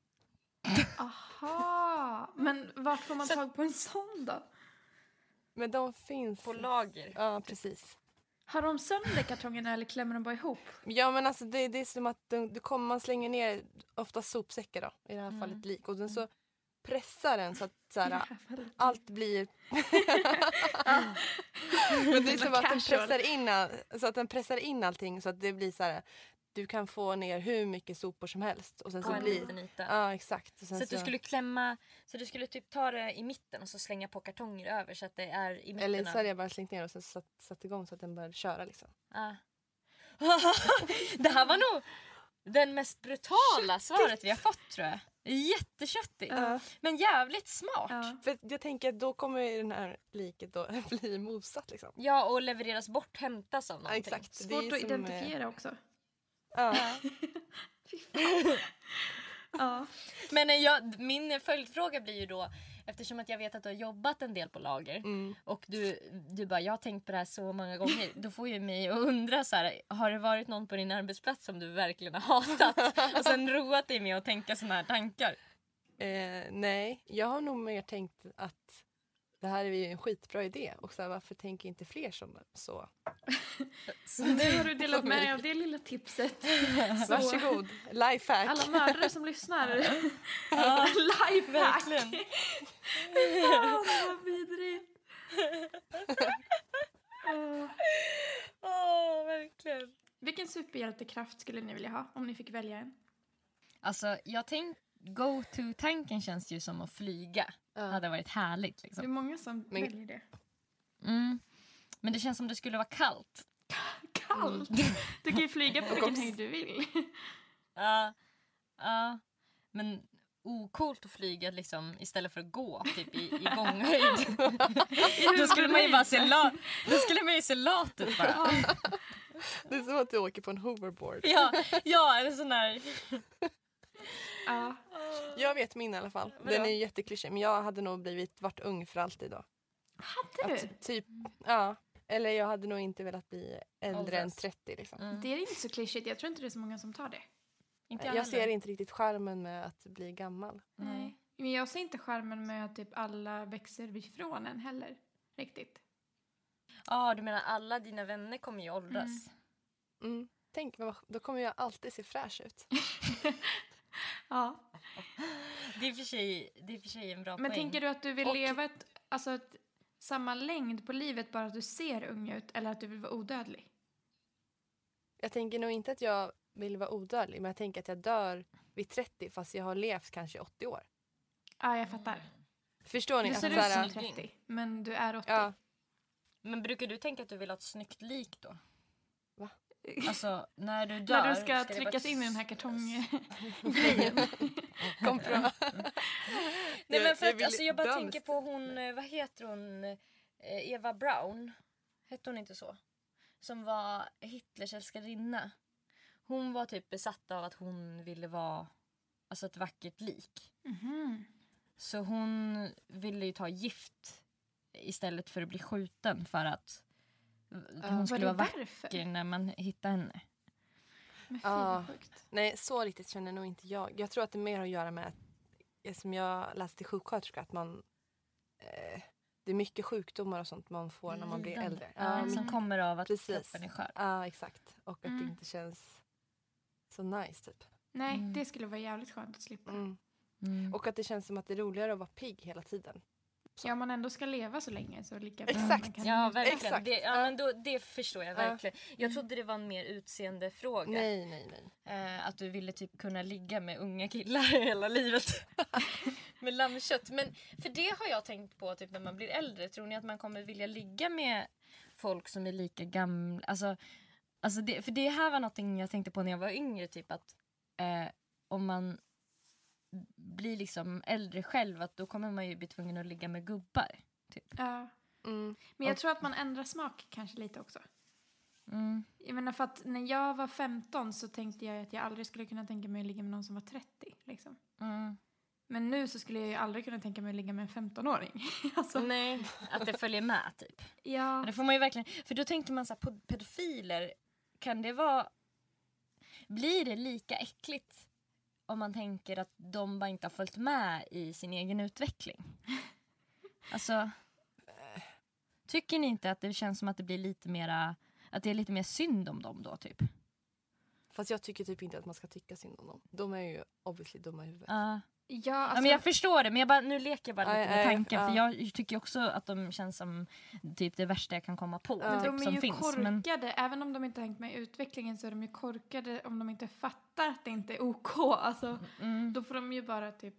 Aha. Men vart får man tag på en sån då? Men de finns... På lager. Ja, precis. Har de sönder kartongerna eller klämmer de bara ihop? Ja, men alltså det är som att man slänger ner ofta sopsäckar då. I det här fallet lik. Och den så pressar den så att så här, allt blir... Men det är som att den pressar in allting så att det blir så här... Du kan få ner hur mycket sopor som helst. Och sen så blir... Ja, exakt. Och sen så att du skulle klämma... Så du skulle typ ta det i mitten och så slänga på kartonger över så att det är i mitten. Eller så hade jag bara slängt ner och sen satt igång så att den började köra liksom. Ja. Det här var nog den mest brutala svaret vi har fått, tror jag. Jätteköttigt. Men jävligt smart. Ja. För jag tänker att då kommer den här liket då bli mosat liksom. Ja, och levereras bort, hämtas av någonting. Ja, exakt. Svårt att identifiera också. Ja. Men min följdfråga blir ju då, eftersom att jag vet att du har jobbat en del på lager och du bara, jag har tänkt på det här så många gånger, då får ju mig att undra så här, har det varit någon på din arbetsplats som du verkligen har hatat och sen roat dig med att tänka såna här tankar? Nej, jag har nog mer tänkt att det här är ju en skitbra idé och så här, varför tänker inte fler som så? Så nu har du delat med dig av det lilla tipset. Så Varsågod, lifehack. alla mördare som lyssnar. Lifehack! Verkligen. Fan, vad vidrigt. Verkligen. Vilken superhjältekraft skulle ni vilja ha om ni fick välja en? Alltså, jag tänkte go-to-tanken känns ju som att flyga. Hade varit härligt liksom. Det är många som väljer det. Men det känns som det skulle vara kallt. Kallt? Du kan ju flyga på vilken höjd du vill. Ja. Men ocoolt att flyga liksom, istället för att gå typ i gånghöjd. Då skulle man ju bara se lat ut bara. Det är som att du åker på en hoverboard. Ja, en sån här. Ja. Jag vet min i alla fall. Den är ju jätteklyschig, men jag hade nog varit ung för alltid då. Hade du? Typ, ja. Eller jag hade nog inte velat bli äldre än 30 liksom. Det är inte så klyschigt. Jag tror inte det är så många som tar det. Inte Jag ser inte riktigt charmen med att bli gammal. Nej. Men jag ser inte charmen med att typ alla växer ifrån en heller. Riktigt. Ja, du menar alla dina vänner kommer ju åldras. Tänk, då kommer jag alltid se fräsch ut. Ja. Det är för sig en bra Men poäng. tänker du att du vill leva ett samma längd på livet bara att du ser ung ut, eller att du vill vara odödlig? Jag tänker nog inte att jag vill vara odödlig, men jag tänker att jag dör vid 30 fast jag har levt kanske 80 år. Ja, jag fattar. Förstår ni? Du ser ut som 30, men du är 80. Ja. Men brukar du tänka att du vill ha ett snyggt lik då? Va? Alltså, när du dör... När du ska det tryckas vara... in i den här kartonggrejen. Kom fram. Nej, men för att, alltså, jag bara tänker på hon, vad heter hon? Eva Braun. Hette hon inte så? Som var Hitlers älskarinna. Hon var typ besatt av att hon ville vara alltså ett vackert lik. Så hon ville ju ta gift istället för att bli skjuten för att hon skulle vara vacker när man hittade henne. Men fy, sjukt. Nej, så riktigt känner nog inte jag. Jag tror att det mer har att göra med att, som jag läste till sjuksköterska, att man det är mycket sjukdomar och sånt man får när man blir äldre. Som kommer av att kroppen är skör. Ja, exakt. Och att det inte känns så nice typ. Nej, det skulle vara jävligt skönt att slippa. Och att det känns som att det är roligare att vara pigg hela tiden. Ja, man ändå ska leva så länge så lika bra. Exakt. Ja, verkligen. Exakt. Men det förstår jag verkligen. Jag trodde det var en mer utseendefråga. Nej. Att du ville typ kunna ligga med unga killar hela livet. Med lammkött. Men för det har jag tänkt på typ när man blir äldre. Tror ni att man kommer vilja ligga med folk som är lika gamla? Alltså för det här var någonting jag tänkte på när jag var yngre. Typ att om man blir liksom äldre själv, att då kommer man ju bli tvungen att ligga med gubbar. Typ. Ja. Men jag tror att man ändrar smak kanske lite också. Jag menar, för att när jag var 15 så tänkte jag att jag aldrig skulle kunna tänka mig att ligga med någon som var 30. Liksom. Men nu så skulle jag ju aldrig kunna tänka mig att ligga med en 15-åring. Alltså. Nej, att det följer med typ. Ja. Det får man ju verkligen. För då tänkte man så här, på pedofiler, kan det vara... Blir det lika äckligt om man tänker att de bara inte har följt med i sin egen utveckling? Alltså, tycker ni inte att det känns som att det blir lite mera, att det är lite mer synd om dem då typ? Fast jag tycker typ inte att man ska tycka synd om dem. De är ju obviously dumma i huvudet. Ja, alltså... men jag förstår det, men nu leker jag bara lite med tanken. För jag tycker också att de känns som typ det värsta jag kan komma på. Men de är som ju finns, korkade, även om de inte har hängt med i utvecklingen så är de ju korkade om de inte fattar att det inte är OK. Alltså, då får de ju bara typ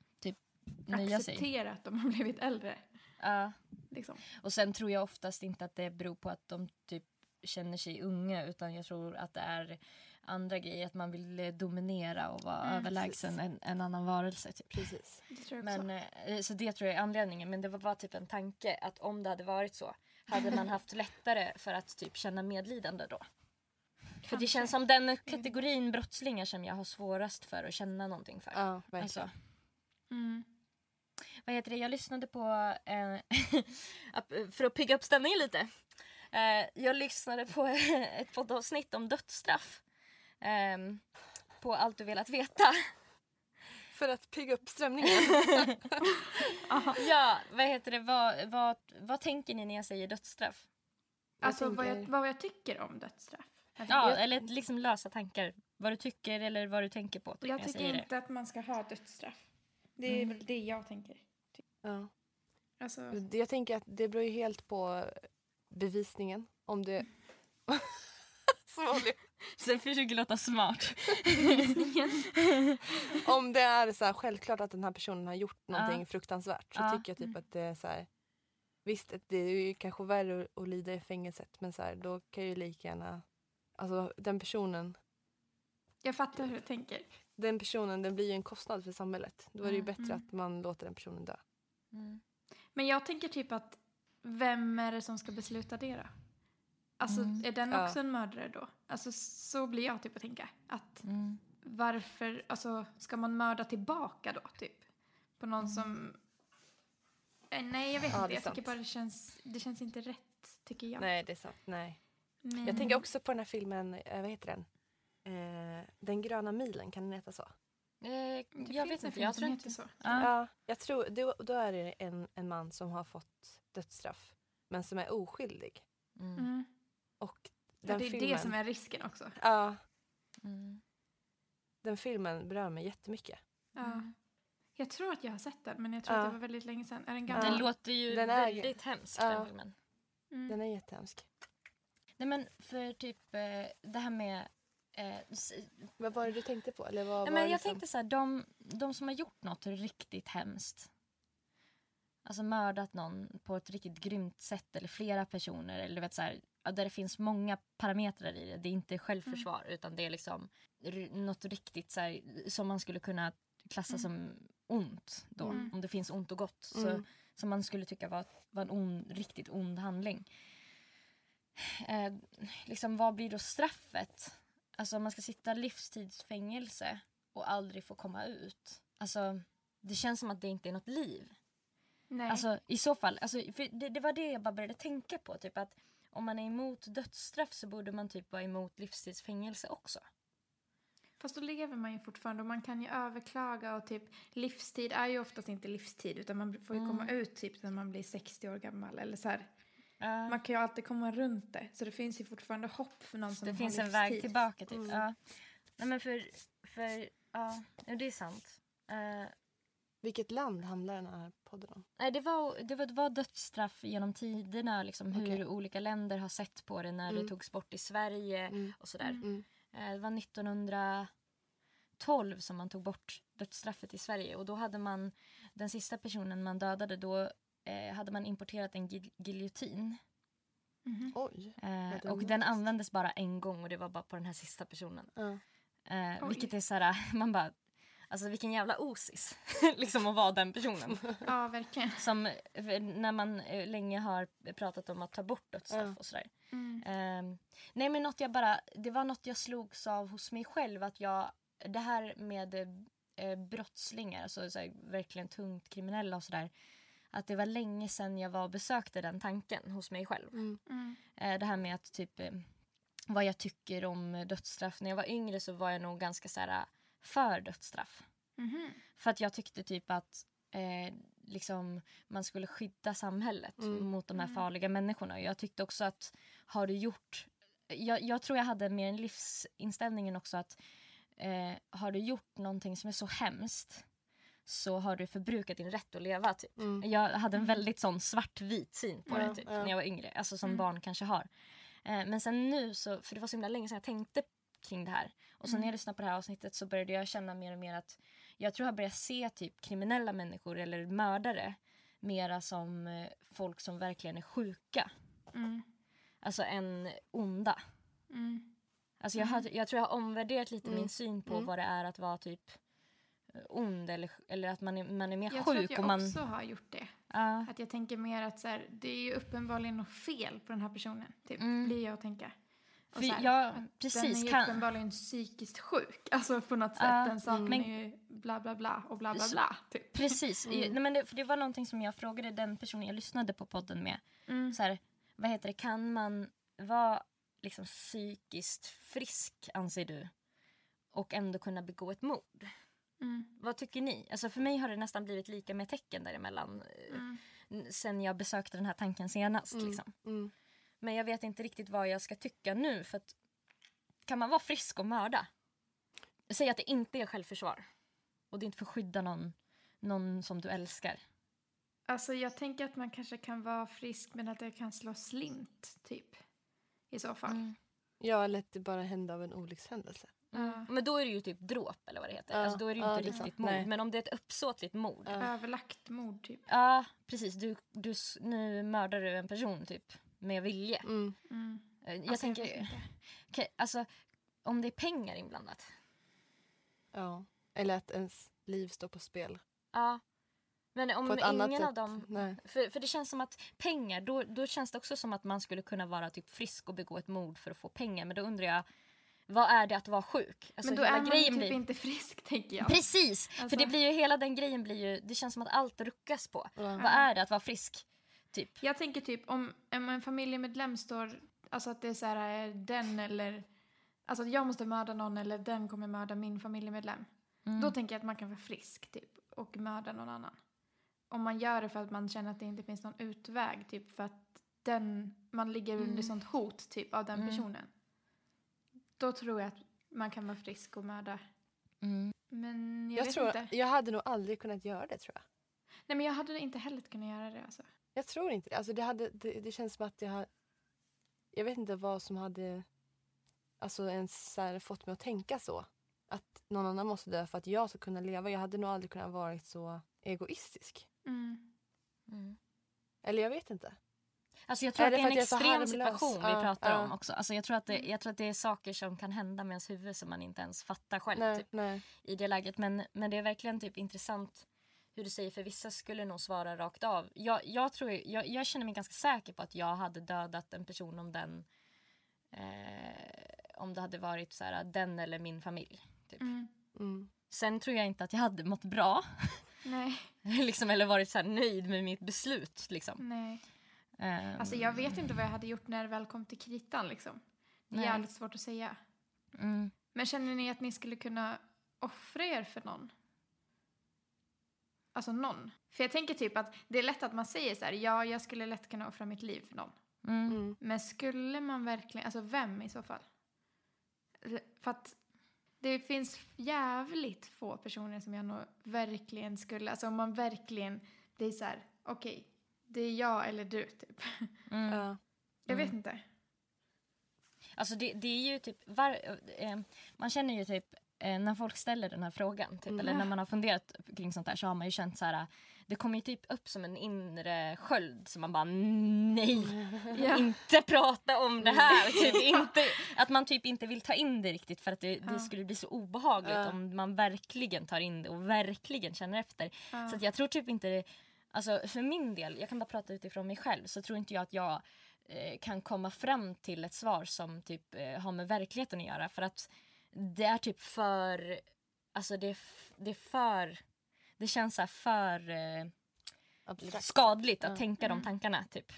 acceptera att de har blivit äldre. Liksom. Och sen tror jag oftast inte att det beror på att de typ känner sig unga, utan jag tror att det är andra grejer, att man vill dominera och vara överlägsen en annan varelse typ. Precis. Det tror jag också. Men, så det tror jag är anledningen, men det var bara typ en tanke att om det hade varit så hade man haft lättare för att typ känna medlidande då. För det känns som den kategorin brottslingar som jag har svårast för att känna någonting för. Ja, verkligen. Alltså, Mm. vad heter det? Jag lyssnade på för att pigga upp stämningen lite. Jag lyssnade på ett poddavsnitt om dödsstraff. På Allt du velat veta. För att pigga upp stämningen. Ja, vad heter det? Vad tänker ni när jag säger dödsstraff? Alltså tänker- vad jag tycker om dödsstraff. Ja, eller liksom lösa tankar. Vad du tycker eller vad du tänker på. Jag tycker inte att man ska ha dödsstraff. Det är väl det jag tänker. Ja. Alltså, Jag tänker att det beror ju helt på bevisningen. Om det... Sen försöker låta smart. Om det är så här självklart att den här personen har gjort någonting fruktansvärt så Ja. tycker jag typ att det är så här... Visst, det är ju kanske värre att lida i fängelset men så här, då kan ju lika gärna... Alltså den personen... jag fattar hur du tänker. Den personen, den blir ju en kostnad för samhället. Då är det ju bättre att man låter den personen dö. Mm. Men jag tänker typ att vem är det som ska besluta det då? Alltså är den Ja. också en mördare då? Alltså så blir jag typ att tänka. Att Mm. varför, alltså ska man mörda tillbaka då typ? På någon som... Nej jag vet Ja, inte, det är jag tycker sant. bara det känns inte rätt tycker jag. Nej, det är sant. Nej. Men... Jag tänker också på den här filmen, vad heter den? Den gröna milen, kan den heta så? Det Jag finns vet en inte, film jag som tror heter inte så. Ja. Ja, jag tror, då är det en man som har fått dödsstraff. Men som är oskyldig. Mm. Och Ja, den det är filmen... det som är risken också. Ja, Mm. den filmen berör mig jättemycket. Ja. Jag tror att jag har sett den men jag tror Ja. att det var väldigt länge sedan. Är den gammal? Den låter ju Den är- väldigt hemsk Ja. den filmen. Mm. Den är jättehemsk. Nej men för typ det här med Vad var det du tänkte på? Eller vad nej, var men det jag som- tänkte så här, de som har gjort något riktigt hemskt. Alltså mördat någon på ett riktigt grymt sätt eller flera personer eller vet så här, ja, där det finns många parametrar i det. Det är inte självförsvar utan det är liksom något riktigt så här, som man skulle kunna klassa som ont då. Om det finns ont och gott. Så, som man skulle tycka var en riktigt ond handling. Liksom, vad blir då straffet? Alltså om man ska sitta livstidsfängelse och aldrig få komma ut. Alltså det känns som att det inte är något liv. Nej. Alltså i så fall, alltså, för det var det jag bara började tänka på. Typ att om man är emot dödsstraff så borde man typ vara emot livstidsfängelse också. Fast då lever man ju fortfarande och man kan ju överklaga och typ livstid är ju oftast inte livstid utan man får ju komma ut typ när man blir 60 år gammal eller så här. Man kan ju alltid komma runt det så det finns ju fortfarande hopp för någon som Det har finns en livstid. väg tillbaka typ. Ja. Nej men för ja, det är sant. Vilket land handlar den här podden om? Nej, det var dödsstraff genom tiderna. Liksom, hur olika länder har sett på det när det togs bort i Sverige och sådär. Det var 1912 som man tog bort dödsstraffet i Sverige. Och då hade man, den sista personen man dödade, då hade man importerat en giljotin. Oj. Och den användes bara en gång och det var bara på den här sista personen. Ja. Vilket är såhär, man bara... Alltså vilken jävla osis liksom att vara den personen. Ja, verkligen. Som när man länge har pratat om att ta bort dödsstraff och sådär. Nej men det var något jag slogs av hos mig själv. Att det här med brottslingar, alltså så här, verkligen tungt kriminella och sådär. Att det var länge sedan jag var och besökte den tanken hos mig själv. Det här med att typ vad jag tycker om dödsstraff. När jag var yngre så var jag nog ganska så här för dödsstraff. För att jag tyckte typ att liksom, man skulle skydda samhället mot de här farliga människorna. Jag tyckte också att har du gjort... Jag tror jag hade mer en livsinställningen också att har du gjort någonting som är så hemskt så har du förbrukat din rätt att leva. Typ. Jag hade en väldigt sån svartvit syn på det typ, när jag var yngre. Alltså som barn kanske har. Men sen nu, så, för det var så himla länge sedan jag tänkte kring det här. Och så när jag lyssnade på det här avsnittet så började jag känna mer och mer att jag tror jag började se typ kriminella människor eller mördare mera som folk som verkligen är sjuka. Alltså en onda. Alltså jag tror jag har omvärderat lite min syn på vad det är att vara typ ond eller att man är mer Jag sjuk. tror att jag och man, också har gjort det. Att jag tänker mer att så här, det är ju uppenbarligen något fel på den här personen. Typ, blir jag att tänka. Och så här, Ja, precis. den är ju uppenbarligen psykiskt sjuk. Alltså på något sätt. Den saken är ju bla bla bla och bla bla bla. Typ. Precis. Nej, men för det var någonting som jag frågade den personen jag lyssnade på podden med. Så här, vad heter det? Kan man vara liksom psykiskt frisk, anser du? Och ändå kunna begå ett mord? Vad tycker ni? Alltså för mig har det nästan blivit lika med tecken däremellan. Sen jag besökte den här tanken senast. Liksom. Men jag vet inte riktigt vad jag ska tycka nu. För att, kan man vara frisk och mörda? Säg att det inte är självförsvar. Och det är inte för att skydda någon som du älskar. Alltså jag tänker att man kanske kan vara frisk men att det kan slå slint typ. I så fall. Ja, eller att det bara hända av en olyckshändelse. Men då är det ju typ dråp eller vad det heter. Alltså då är det ju inte riktigt mord. Nej. Men om det är ett uppsåtligt mord. Överlagt mord typ. Ja, precis. Nu mördar du en person typ med vilje. Jag tänker, alltså om det är pengar inblandat. Ja, eller att ens liv står på spel. Ja. Men om ingen av dem... Nej. För det känns som att pengar, då känns det också som att man skulle kunna vara typ frisk och begå ett mord för att få pengar. Men då undrar jag, vad är det att vara sjuk? Alltså, men då är man typ inte frisk, tänker jag. Precis, alltså. För det blir ju, hela den grejen blir ju, det känns som att allt ruckas på. Vad är det att vara frisk? Typ. Jag tänker typ om en familjemedlem står, alltså att det är så här, den eller, alltså att jag måste mörda någon eller den kommer mörda min familjemedlem. Då tänker jag att man kan vara frisk typ och mörda någon annan. Om man gör det för att man känner att det inte finns någon utväg typ för att man ligger under sånt hot typ av den personen. Då tror jag att man kan vara frisk och mörda. Men jag vet inte. Jag hade nog aldrig kunnat göra det, tror jag. Nej, men jag hade inte heller kunnat göra det alltså. Jag tror inte det. Alltså det känns som att jag vet inte vad som hade alltså ens så här, fått mig att tänka så. Att någon annan måste dö för att jag ska kunna leva. Jag hade nog aldrig kunnat vara så egoistisk. Eller jag vet inte. Alltså jag tror att det är en extrem situation vi pratar om ja. också. Alltså jag tror att det är saker som kan hända med ens huvud som man inte ens fattar själv Nej. I det läget. Men det är verkligen typ intressant hur du säger, för vissa skulle nog svara rakt av. Jag känner mig ganska säker på att jag hade dödat en person om det hade varit så här, den eller min familj. Typ. Sen tror jag inte att jag hade mått bra. Nej. Liksom, eller varit så här nöjd med mitt beslut. Liksom. Nej. Alltså jag vet inte vad jag hade gjort när det väl kom till kritan. Liksom. Det är jävligt svårt att säga. Men känner ni att ni skulle kunna offra er för någon? Alltså någon. För jag tänker typ att det är lätt att man säger så här: ja, jag skulle lätt kunna offra mitt liv för någon. Men skulle man verkligen, alltså vem i så fall? För att det finns jävligt få personer som jag nog verkligen skulle, alltså om man verkligen, det är så här, okej, det är jag eller du typ. Jag vet inte. Alltså det är ju typ man känner ju typ när folk ställer den här frågan typ, eller när man har funderat kring sånt här, så har man ju känt så här, det kommer ju typ upp som en inre sköld som man bara nej, inte prata om det här typ, inte, att man typ inte vill ta in det riktigt för att det skulle bli så obehagligt om man verkligen tar in det och verkligen känner efter. Så att jag tror typ inte, alltså för min del, jag kan bara prata utifrån mig själv, så tror inte jag att jag kan komma fram till ett svar som typ har med verkligheten att göra, för att det är typ för, alltså det är för, det känns så här för skadligt att tänka de tankarna typ.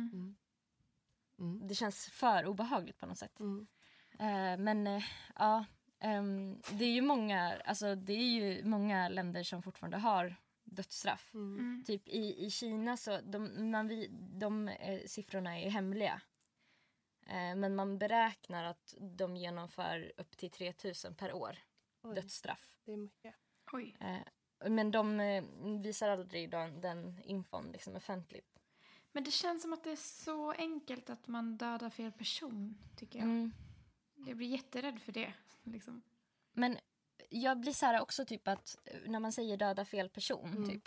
Det känns för obehagligt på något sätt. Men ja, det är ju många länder som fortfarande har dödsstraff. Typ i Kina så de siffrorna är hemliga. Men man beräknar att de genomför upp till 3000 per år dödsstraff. Det är mycket. Oj. Men de visar aldrig den infon liksom offentligt. Men det känns som att det är så enkelt att man dödar fel person, tycker jag. Jag blir jätterädd för det. Liksom. Men jag blir så här också typ att när man säger döda fel person typ.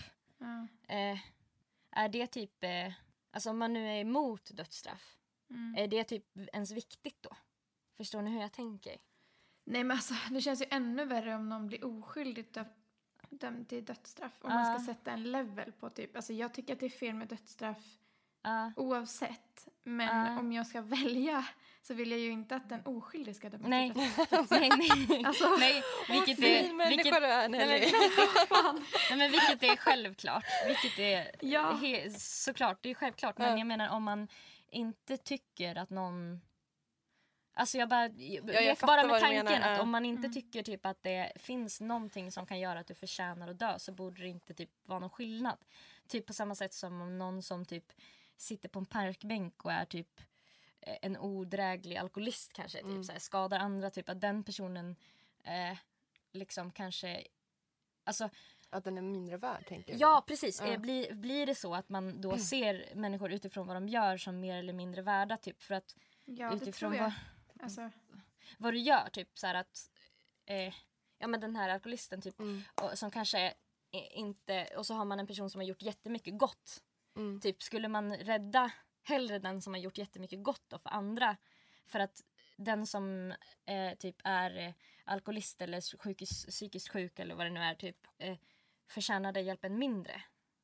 Är det typ, alltså om man nu är emot dödsstraff, är det typ ens viktigt då? Förstår ni hur jag tänker? Nej, men alltså det känns ju ännu värre om någon blir oskyldigt dömd till dödsstraff. Om man ska sätta en level på typ, alltså jag tycker att det är fel med dödsstraff oavsett. Men om jag ska välja så vill jag ju inte att den oskyldig ska dömas. Nej. Alltså, nej, vilket är självklart. Vilket är såklart, det är självklart. Men jag menar om man inte tycker att någon... Alltså jag bara med tanken att om man inte tycker typ att det finns någonting som kan göra att du förtjänar att dö, så borde det inte typ vara någon skillnad. Typ på samma sätt som om någon som typ sitter på en parkbänk och är typ en odräglig alkoholist kanske typ så här, skadar andra, typ att den personen liksom kanske, alltså att den är mindre värd, tänker jag. Ja, precis. Blir det så att man då ser människor utifrån vad de gör som mer eller mindre värda, typ för att utifrån det tror jag. Vad du gör, typ så här att men den här alkoholisten typ som kanske inte, och så har man en person som har gjort jättemycket gott. Typ skulle man rädda hellre den som har gjort jättemycket gott då för andra, för att den som typ är alkoholist eller psykiskt sjuk eller vad det nu är typ förtjänade hjälpen mindre.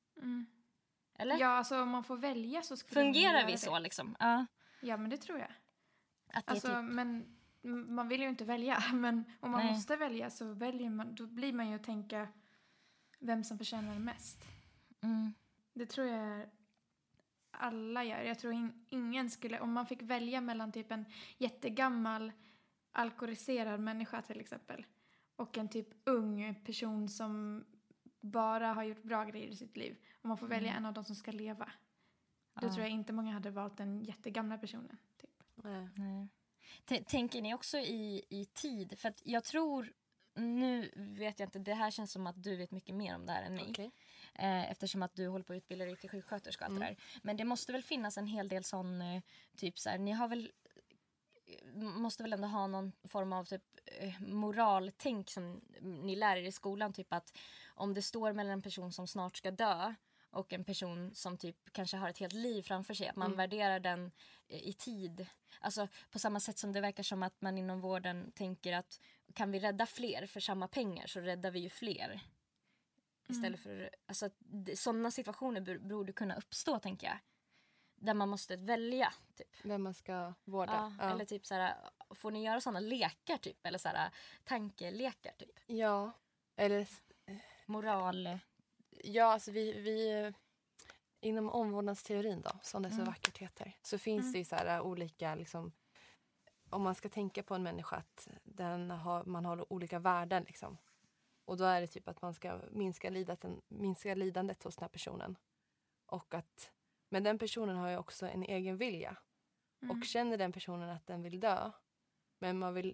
Eller? Ja, alltså om man får välja så skulle fungerar vi så liksom. Ja, men det tror jag. Att det alltså, typ... men man vill ju inte välja, men om man måste välja så väljer man, då blir man ju att tänka vem som förtjänar det mest. Det tror jag alla gör. Jag tror ingen skulle, om man fick välja mellan typ en jättegammal alkoholiserad människa till exempel och en typ ung person som bara har gjort bra grejer i sitt liv, om man får välja en av dem som ska leva, då tror jag inte många hade valt den jättegamla personen typ. Nej. Tänker ni också i tid? För att jag tror, nu vet jag inte, det här känns som att du vet mycket mer om det här än mig. Okay. Eftersom att du håller på att utbilda dig till sjuksköterska och allt det där. Men det måste väl finnas en hel del sån typ så här, ni har väl, måste väl ändå ha någon form av typ moraltänk som ni lär er i skolan, typ att om det står mellan en person som snart ska dö och en person som typ kanske har ett helt liv framför sig, att man värderar den i tid. Alltså på samma sätt som det verkar som att man inom vården tänker att kan vi rädda fler för samma pengar så räddar vi ju fler. Istället för, alltså sådana situationer borde kunna uppstå, tänker jag. Där man måste välja typ. Vem man ska vårda. Ja. Eller typ såhär, får ni göra sådana lekar typ? Eller såhär tankelekar typ? Ja, eller moral. Ja, alltså vi inom omvårdnadsteorin då, som det så vackert heter, så finns det ju så här olika liksom, om man ska tänka på en människa att man har olika värden liksom. Och då är det typ att man ska minska lidandet hos den här personen. Och att, men den personen har ju också en egen vilja. Och känner den personen att den vill dö, men man vill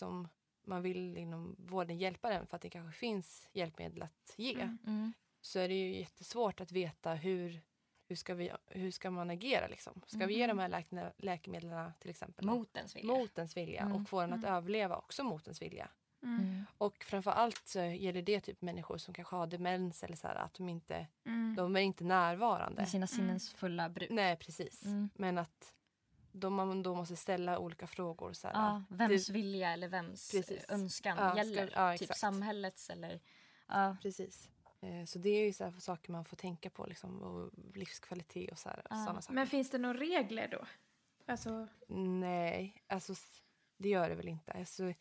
inom vården hjälpa den för att det kanske finns hjälpmedel att ge. Så är det ju jättesvårt att veta hur ska man agera liksom. Ska vi ge de här läkemedlen till exempel mot ens vilja och få den att överleva också mot ens vilja. Och framförallt så gäller det typ människor som kanske har demens eller så här, att de är inte närvarande med sina sinnens fulla bruk. Nej, precis. Men att man då måste ställa olika frågor så här, vems vilja eller vems önskan gäller, typ samhällets eller precis. Så det är ju så här saker man får tänka på liksom, och livskvalitet och så här, sådana saker. Men finns det några regler då? Alltså... Nej, alltså det gör det väl inte. Alltså,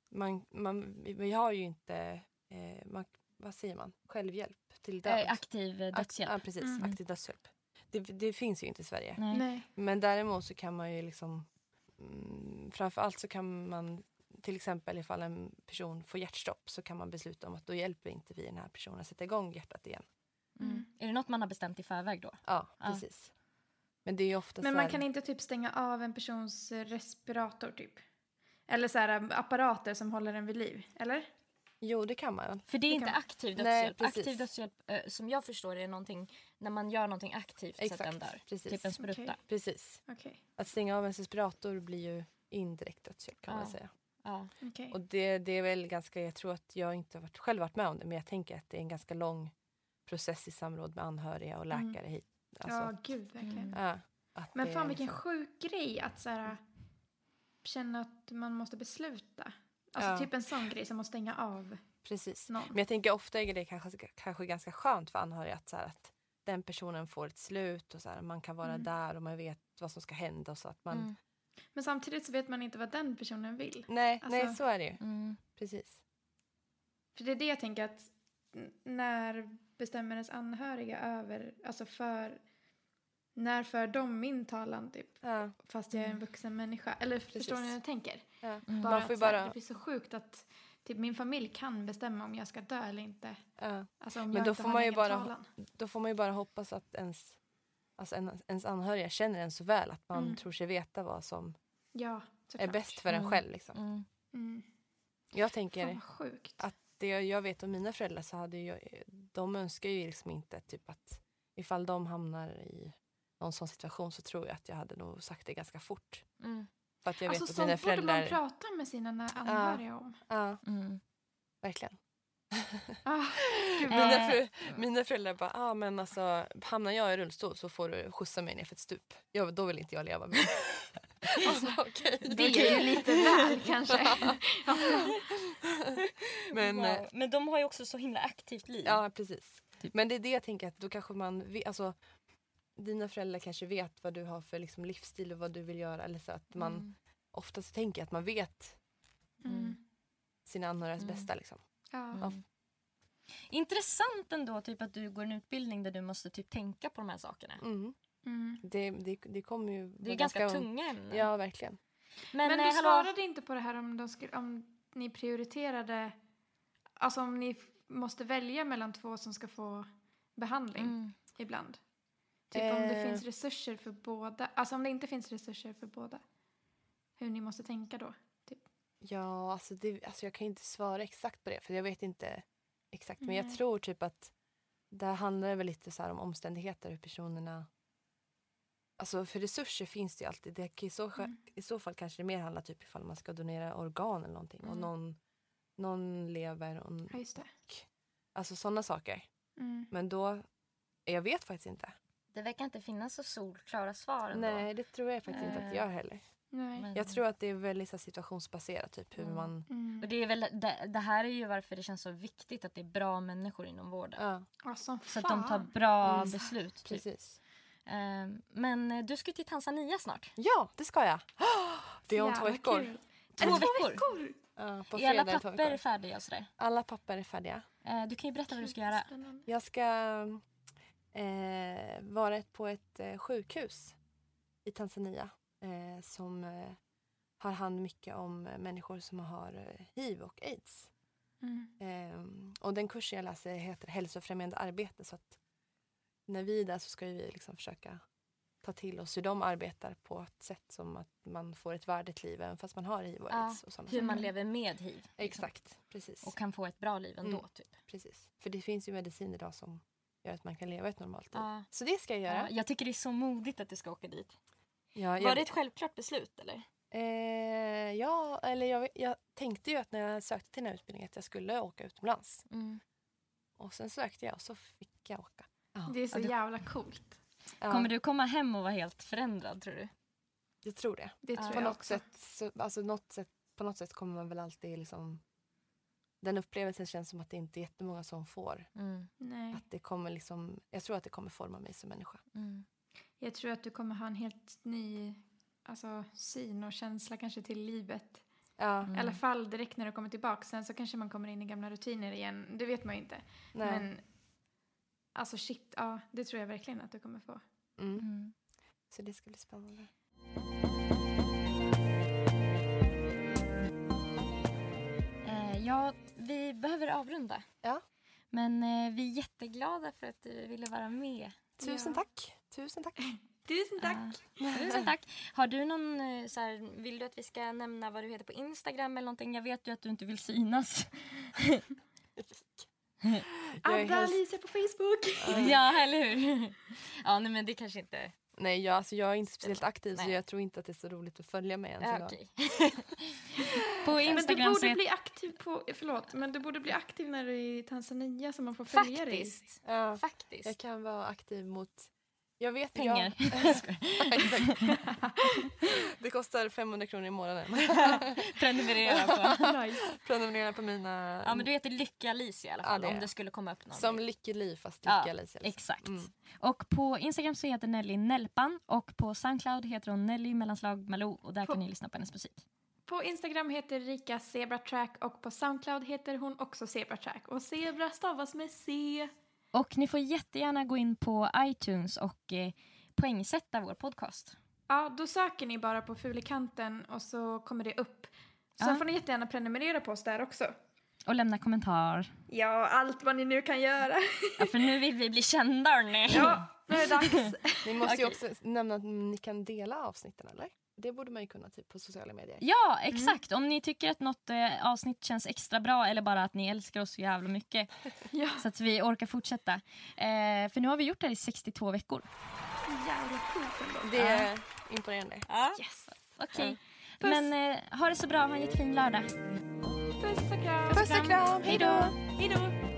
vi har ju inte vad säger man? Självhjälp till död. Aktiv dödshjälp. Ja, precis. Aktiv dödshjälp. Det finns ju inte i Sverige. Nej. Men däremot så kan man ju liksom framförallt så kan man till exempel ifall en person får hjärtstopp så kan man besluta om att då hjälper inte vi den här personen att sätta igång hjärtat igen. Är det något man har bestämt i förväg då? Ja, precis. Men det är ju ofta men man kan inte typ stänga av en persons respirator typ? Eller så här apparater som håller den vid liv, eller? Jo, det kan man. För det är inte aktiv dödshjälp. Nej, aktiv dödshjälp, som jag förstår, är någonting när man gör någonting aktivt. Exakt, så att den dör. Precis. Typ en spruta. Okay. Precis. Okay. Att stänga av en respirator blir ju indirekt dödshjälp, kan man säga. Okay. Och det är väl ganska, jag tror att jag inte har själv varit med om det, men jag tänker att det är en ganska lång process i samråd med anhöriga och läkare hit. Alltså, ja, gud, verkligen. Men fan vilken sjuk grej att så här, känna att man måste besluta. Alltså typ en sån grej som att stänga av. Precis. Någon. Men jag tänker ofta är det kanske ganska skönt för anhöriga att, så här, att den personen får ett slut och så här, man kan vara där och man vet vad som ska hända och så att man... Men samtidigt så vet man inte vad den personen vill. Nej, Alltså- nej, så är det ju. Precis. För det är det jag tänker att när bestämmer ens anhöriga över, alltså när för de min talan typ, Ja. fast jag är en vuxen människa. Eller förstår ni hur jag tänker? Ja. Bara Man att får ju så här, bara... det blir så sjukt att typ min familj kan bestämma om jag ska dö eller inte. Ja. Alltså om Men jag då inte får har man ju egen bara- talan. Då får man ju bara hoppas att ens anhöriga känner en så väl att man tror sig veta vad som Ja, är såklart. bäst för en själv. Liksom. Jag Fan tänker vad sjukt. att det jag vet om mina föräldrar så de önskar ju liksom inte typ att ifall de hamnar i någon sån situation så tror jag att jag hade nog sagt det ganska fort. För att jag vet Alltså att mina sånt borde föräldrar... man prata med sina anhöriga om. Ja, verkligen. Gud, Mina föräldrar bara, men alltså hamnar jag i rullstol så får du skjutsa mig ner för ett stup. Då vill inte jag leva med. Alltså, okej. det är ju lite väl kanske. Men, Men de har ju också så himla aktivt liv. ja, precis. Men det är det jag tänker att då kanske alltså dina föräldrar kanske vet vad du har för liksom livsstil och vad du vill göra. Eller så att man oftast tänker att man vet sina anhörigas bästa. Liksom. Ja. Intressant ändå typ att du går en utbildning där du måste typ tänka på de här sakerna. Det kommer ju... Det är ganska tunga ämnen. Ja, verkligen. Men du svarade inte på det här om ni prioriterade, alltså om ni måste välja mellan två som ska få behandling ibland. Typ om det finns resurser för båda, alltså om det inte finns resurser för båda. Hur ni måste tänka då. Typ. Ja, alltså jag kan inte svara exakt på det för jag vet inte exakt. Men jag tror typ att det handlar väl lite så här om omständigheter, hur personerna... Alltså för resurser finns det ju alltid. Det kan i så fall kanske det mer handlar typ ifall man ska donera organ eller någonting. Och någon lever och... Ja, just det. Alltså sådana saker. Men då... Jag vet faktiskt inte. Det verkar inte finnas så solklara svar ändå. Nej, det tror jag faktiskt inte att jag heller. Nej. Jag tror att det är väldigt så här situationsbaserat. Typ hur man... Och det är väl det här är ju varför det känns så viktigt att det är bra människor inom vården. Ja, Alltså, Så att de tar bra beslut. Typ. precis. Men du ska till Tanzania snart. Ja, det ska jag. Det är om 2 veckor. Kul. 2 veckor. Ja, på Är alla fredag 2 papper veckor. färdiga och sådär? Alla papper är färdiga. Du kan ju berätta vad du ska göra. Spännande. Jag ska vara på ett sjukhus i Tanzania som har hand mycket om människor som har HIV och AIDS. Och den kursen jag läser heter hälsofrämjande arbete, så att när vi är där så ska vi liksom försöka ta till oss hur de arbetar på ett sätt som att man får ett värdigt liv även fast man har HIV och AIDS. Och sådana Hur saker. man lever med HIV. Liksom. Exakt, precis. Och kan få ett bra liv ändå. Typ. Precis. För det finns ju medicin idag som gör att man kan leva ett normalt liv. Ja. Så det ska jag göra. Ja, jag tycker det är så modigt att du ska åka dit. Ja, Var det ett självklart beslut eller? Ja, eller jag tänkte ju att när jag sökte till den här utbildningen att jag skulle åka utomlands. Och sen sökte jag och så fick jag åka. Det är så jävla coolt. Ja, Kommer du komma hem och vara helt förändrad tror du? jag tror det. Det tror På jag något också. sätt, på något sätt kommer man väl alltid liksom... Den upplevelsen känns som att det inte är jättemånga som får. Nej. Att det kommer liksom... Jag tror att det kommer forma mig som människa. Jag tror att du kommer ha en helt ny syn och känsla kanske till livet. Ja, I alla fall direkt när du kommer tillbaka. Sen så kanske man kommer in i gamla rutiner igen. Det vet man ju inte. nej. Men alltså shit, ja, det tror jag verkligen att du kommer få. Så det ska bli spännande. Ja, vi behöver avrunda. Ja. Men vi är jätteglada för att du ville vara med. Tusen tack. Tusen tack. Tusen tack! Tusen tack. Har du någon, vill du att vi ska nämna vad du heter på Instagram eller någonting? Jag vet ju att du inte vill synas. Jag är Adda helst- Alicia på Facebook! Ja, eller hur? Ja, nej, men det kanske inte... Nej, jag är inte speciellt aktiv så Nej. jag tror inte att det är så roligt att följa mig ens en gång. Okej. På Men du Instagram så borde heter... bli aktiv men du borde bli aktiv när du är i Tanzania så man får följa dig. Faktiskt. Ja, Faktiskt. jag kan vara aktiv mot Jag vet pengar. Exakt. Det kostar 500 kronor i månaden. Prenumerera på mina... Ja, men du heter Lycka Alice i alla fall, om det skulle komma upp någon. Som Lyckeliv fast Lycka Alice. Exakt. Och på Instagram så heter Nelly Nelpan och på Soundcloud heter hon Nelly mellanslag Malou och där kan ni lyssna på hennes musik. På Instagram heter Rika Zebratrack och på Soundcloud heter hon också Zebratrack. Och Zebra stavas med C. Och ni får jättegärna gå in på iTunes och poängsätta vår podcast. Ja, då söker ni bara på Fulikanten och så kommer det upp. Sen får ni jättegärna prenumerera på oss där också. Och lämna kommentar. Ja, allt vad ni nu kan göra. Ja, för nu vill vi bli kända, hörni. Ja, nu är det dags. Ni måste ju också nämna att ni kan dela avsnitten, eller? Det borde man ju kunna typ på sociala medier. Ja, exakt. Om ni tycker att något avsnitt känns extra bra eller bara att ni älskar oss så jävla mycket. Så att vi orkar fortsätta. För nu har vi gjort det här i 62 veckor. Jävla coolt ändå. Det är imponerande. Yes. Okej. Men ha det så bra. Ha en jättefin lördag. Puss och kram. Puss och kram. Hej då. Hej då.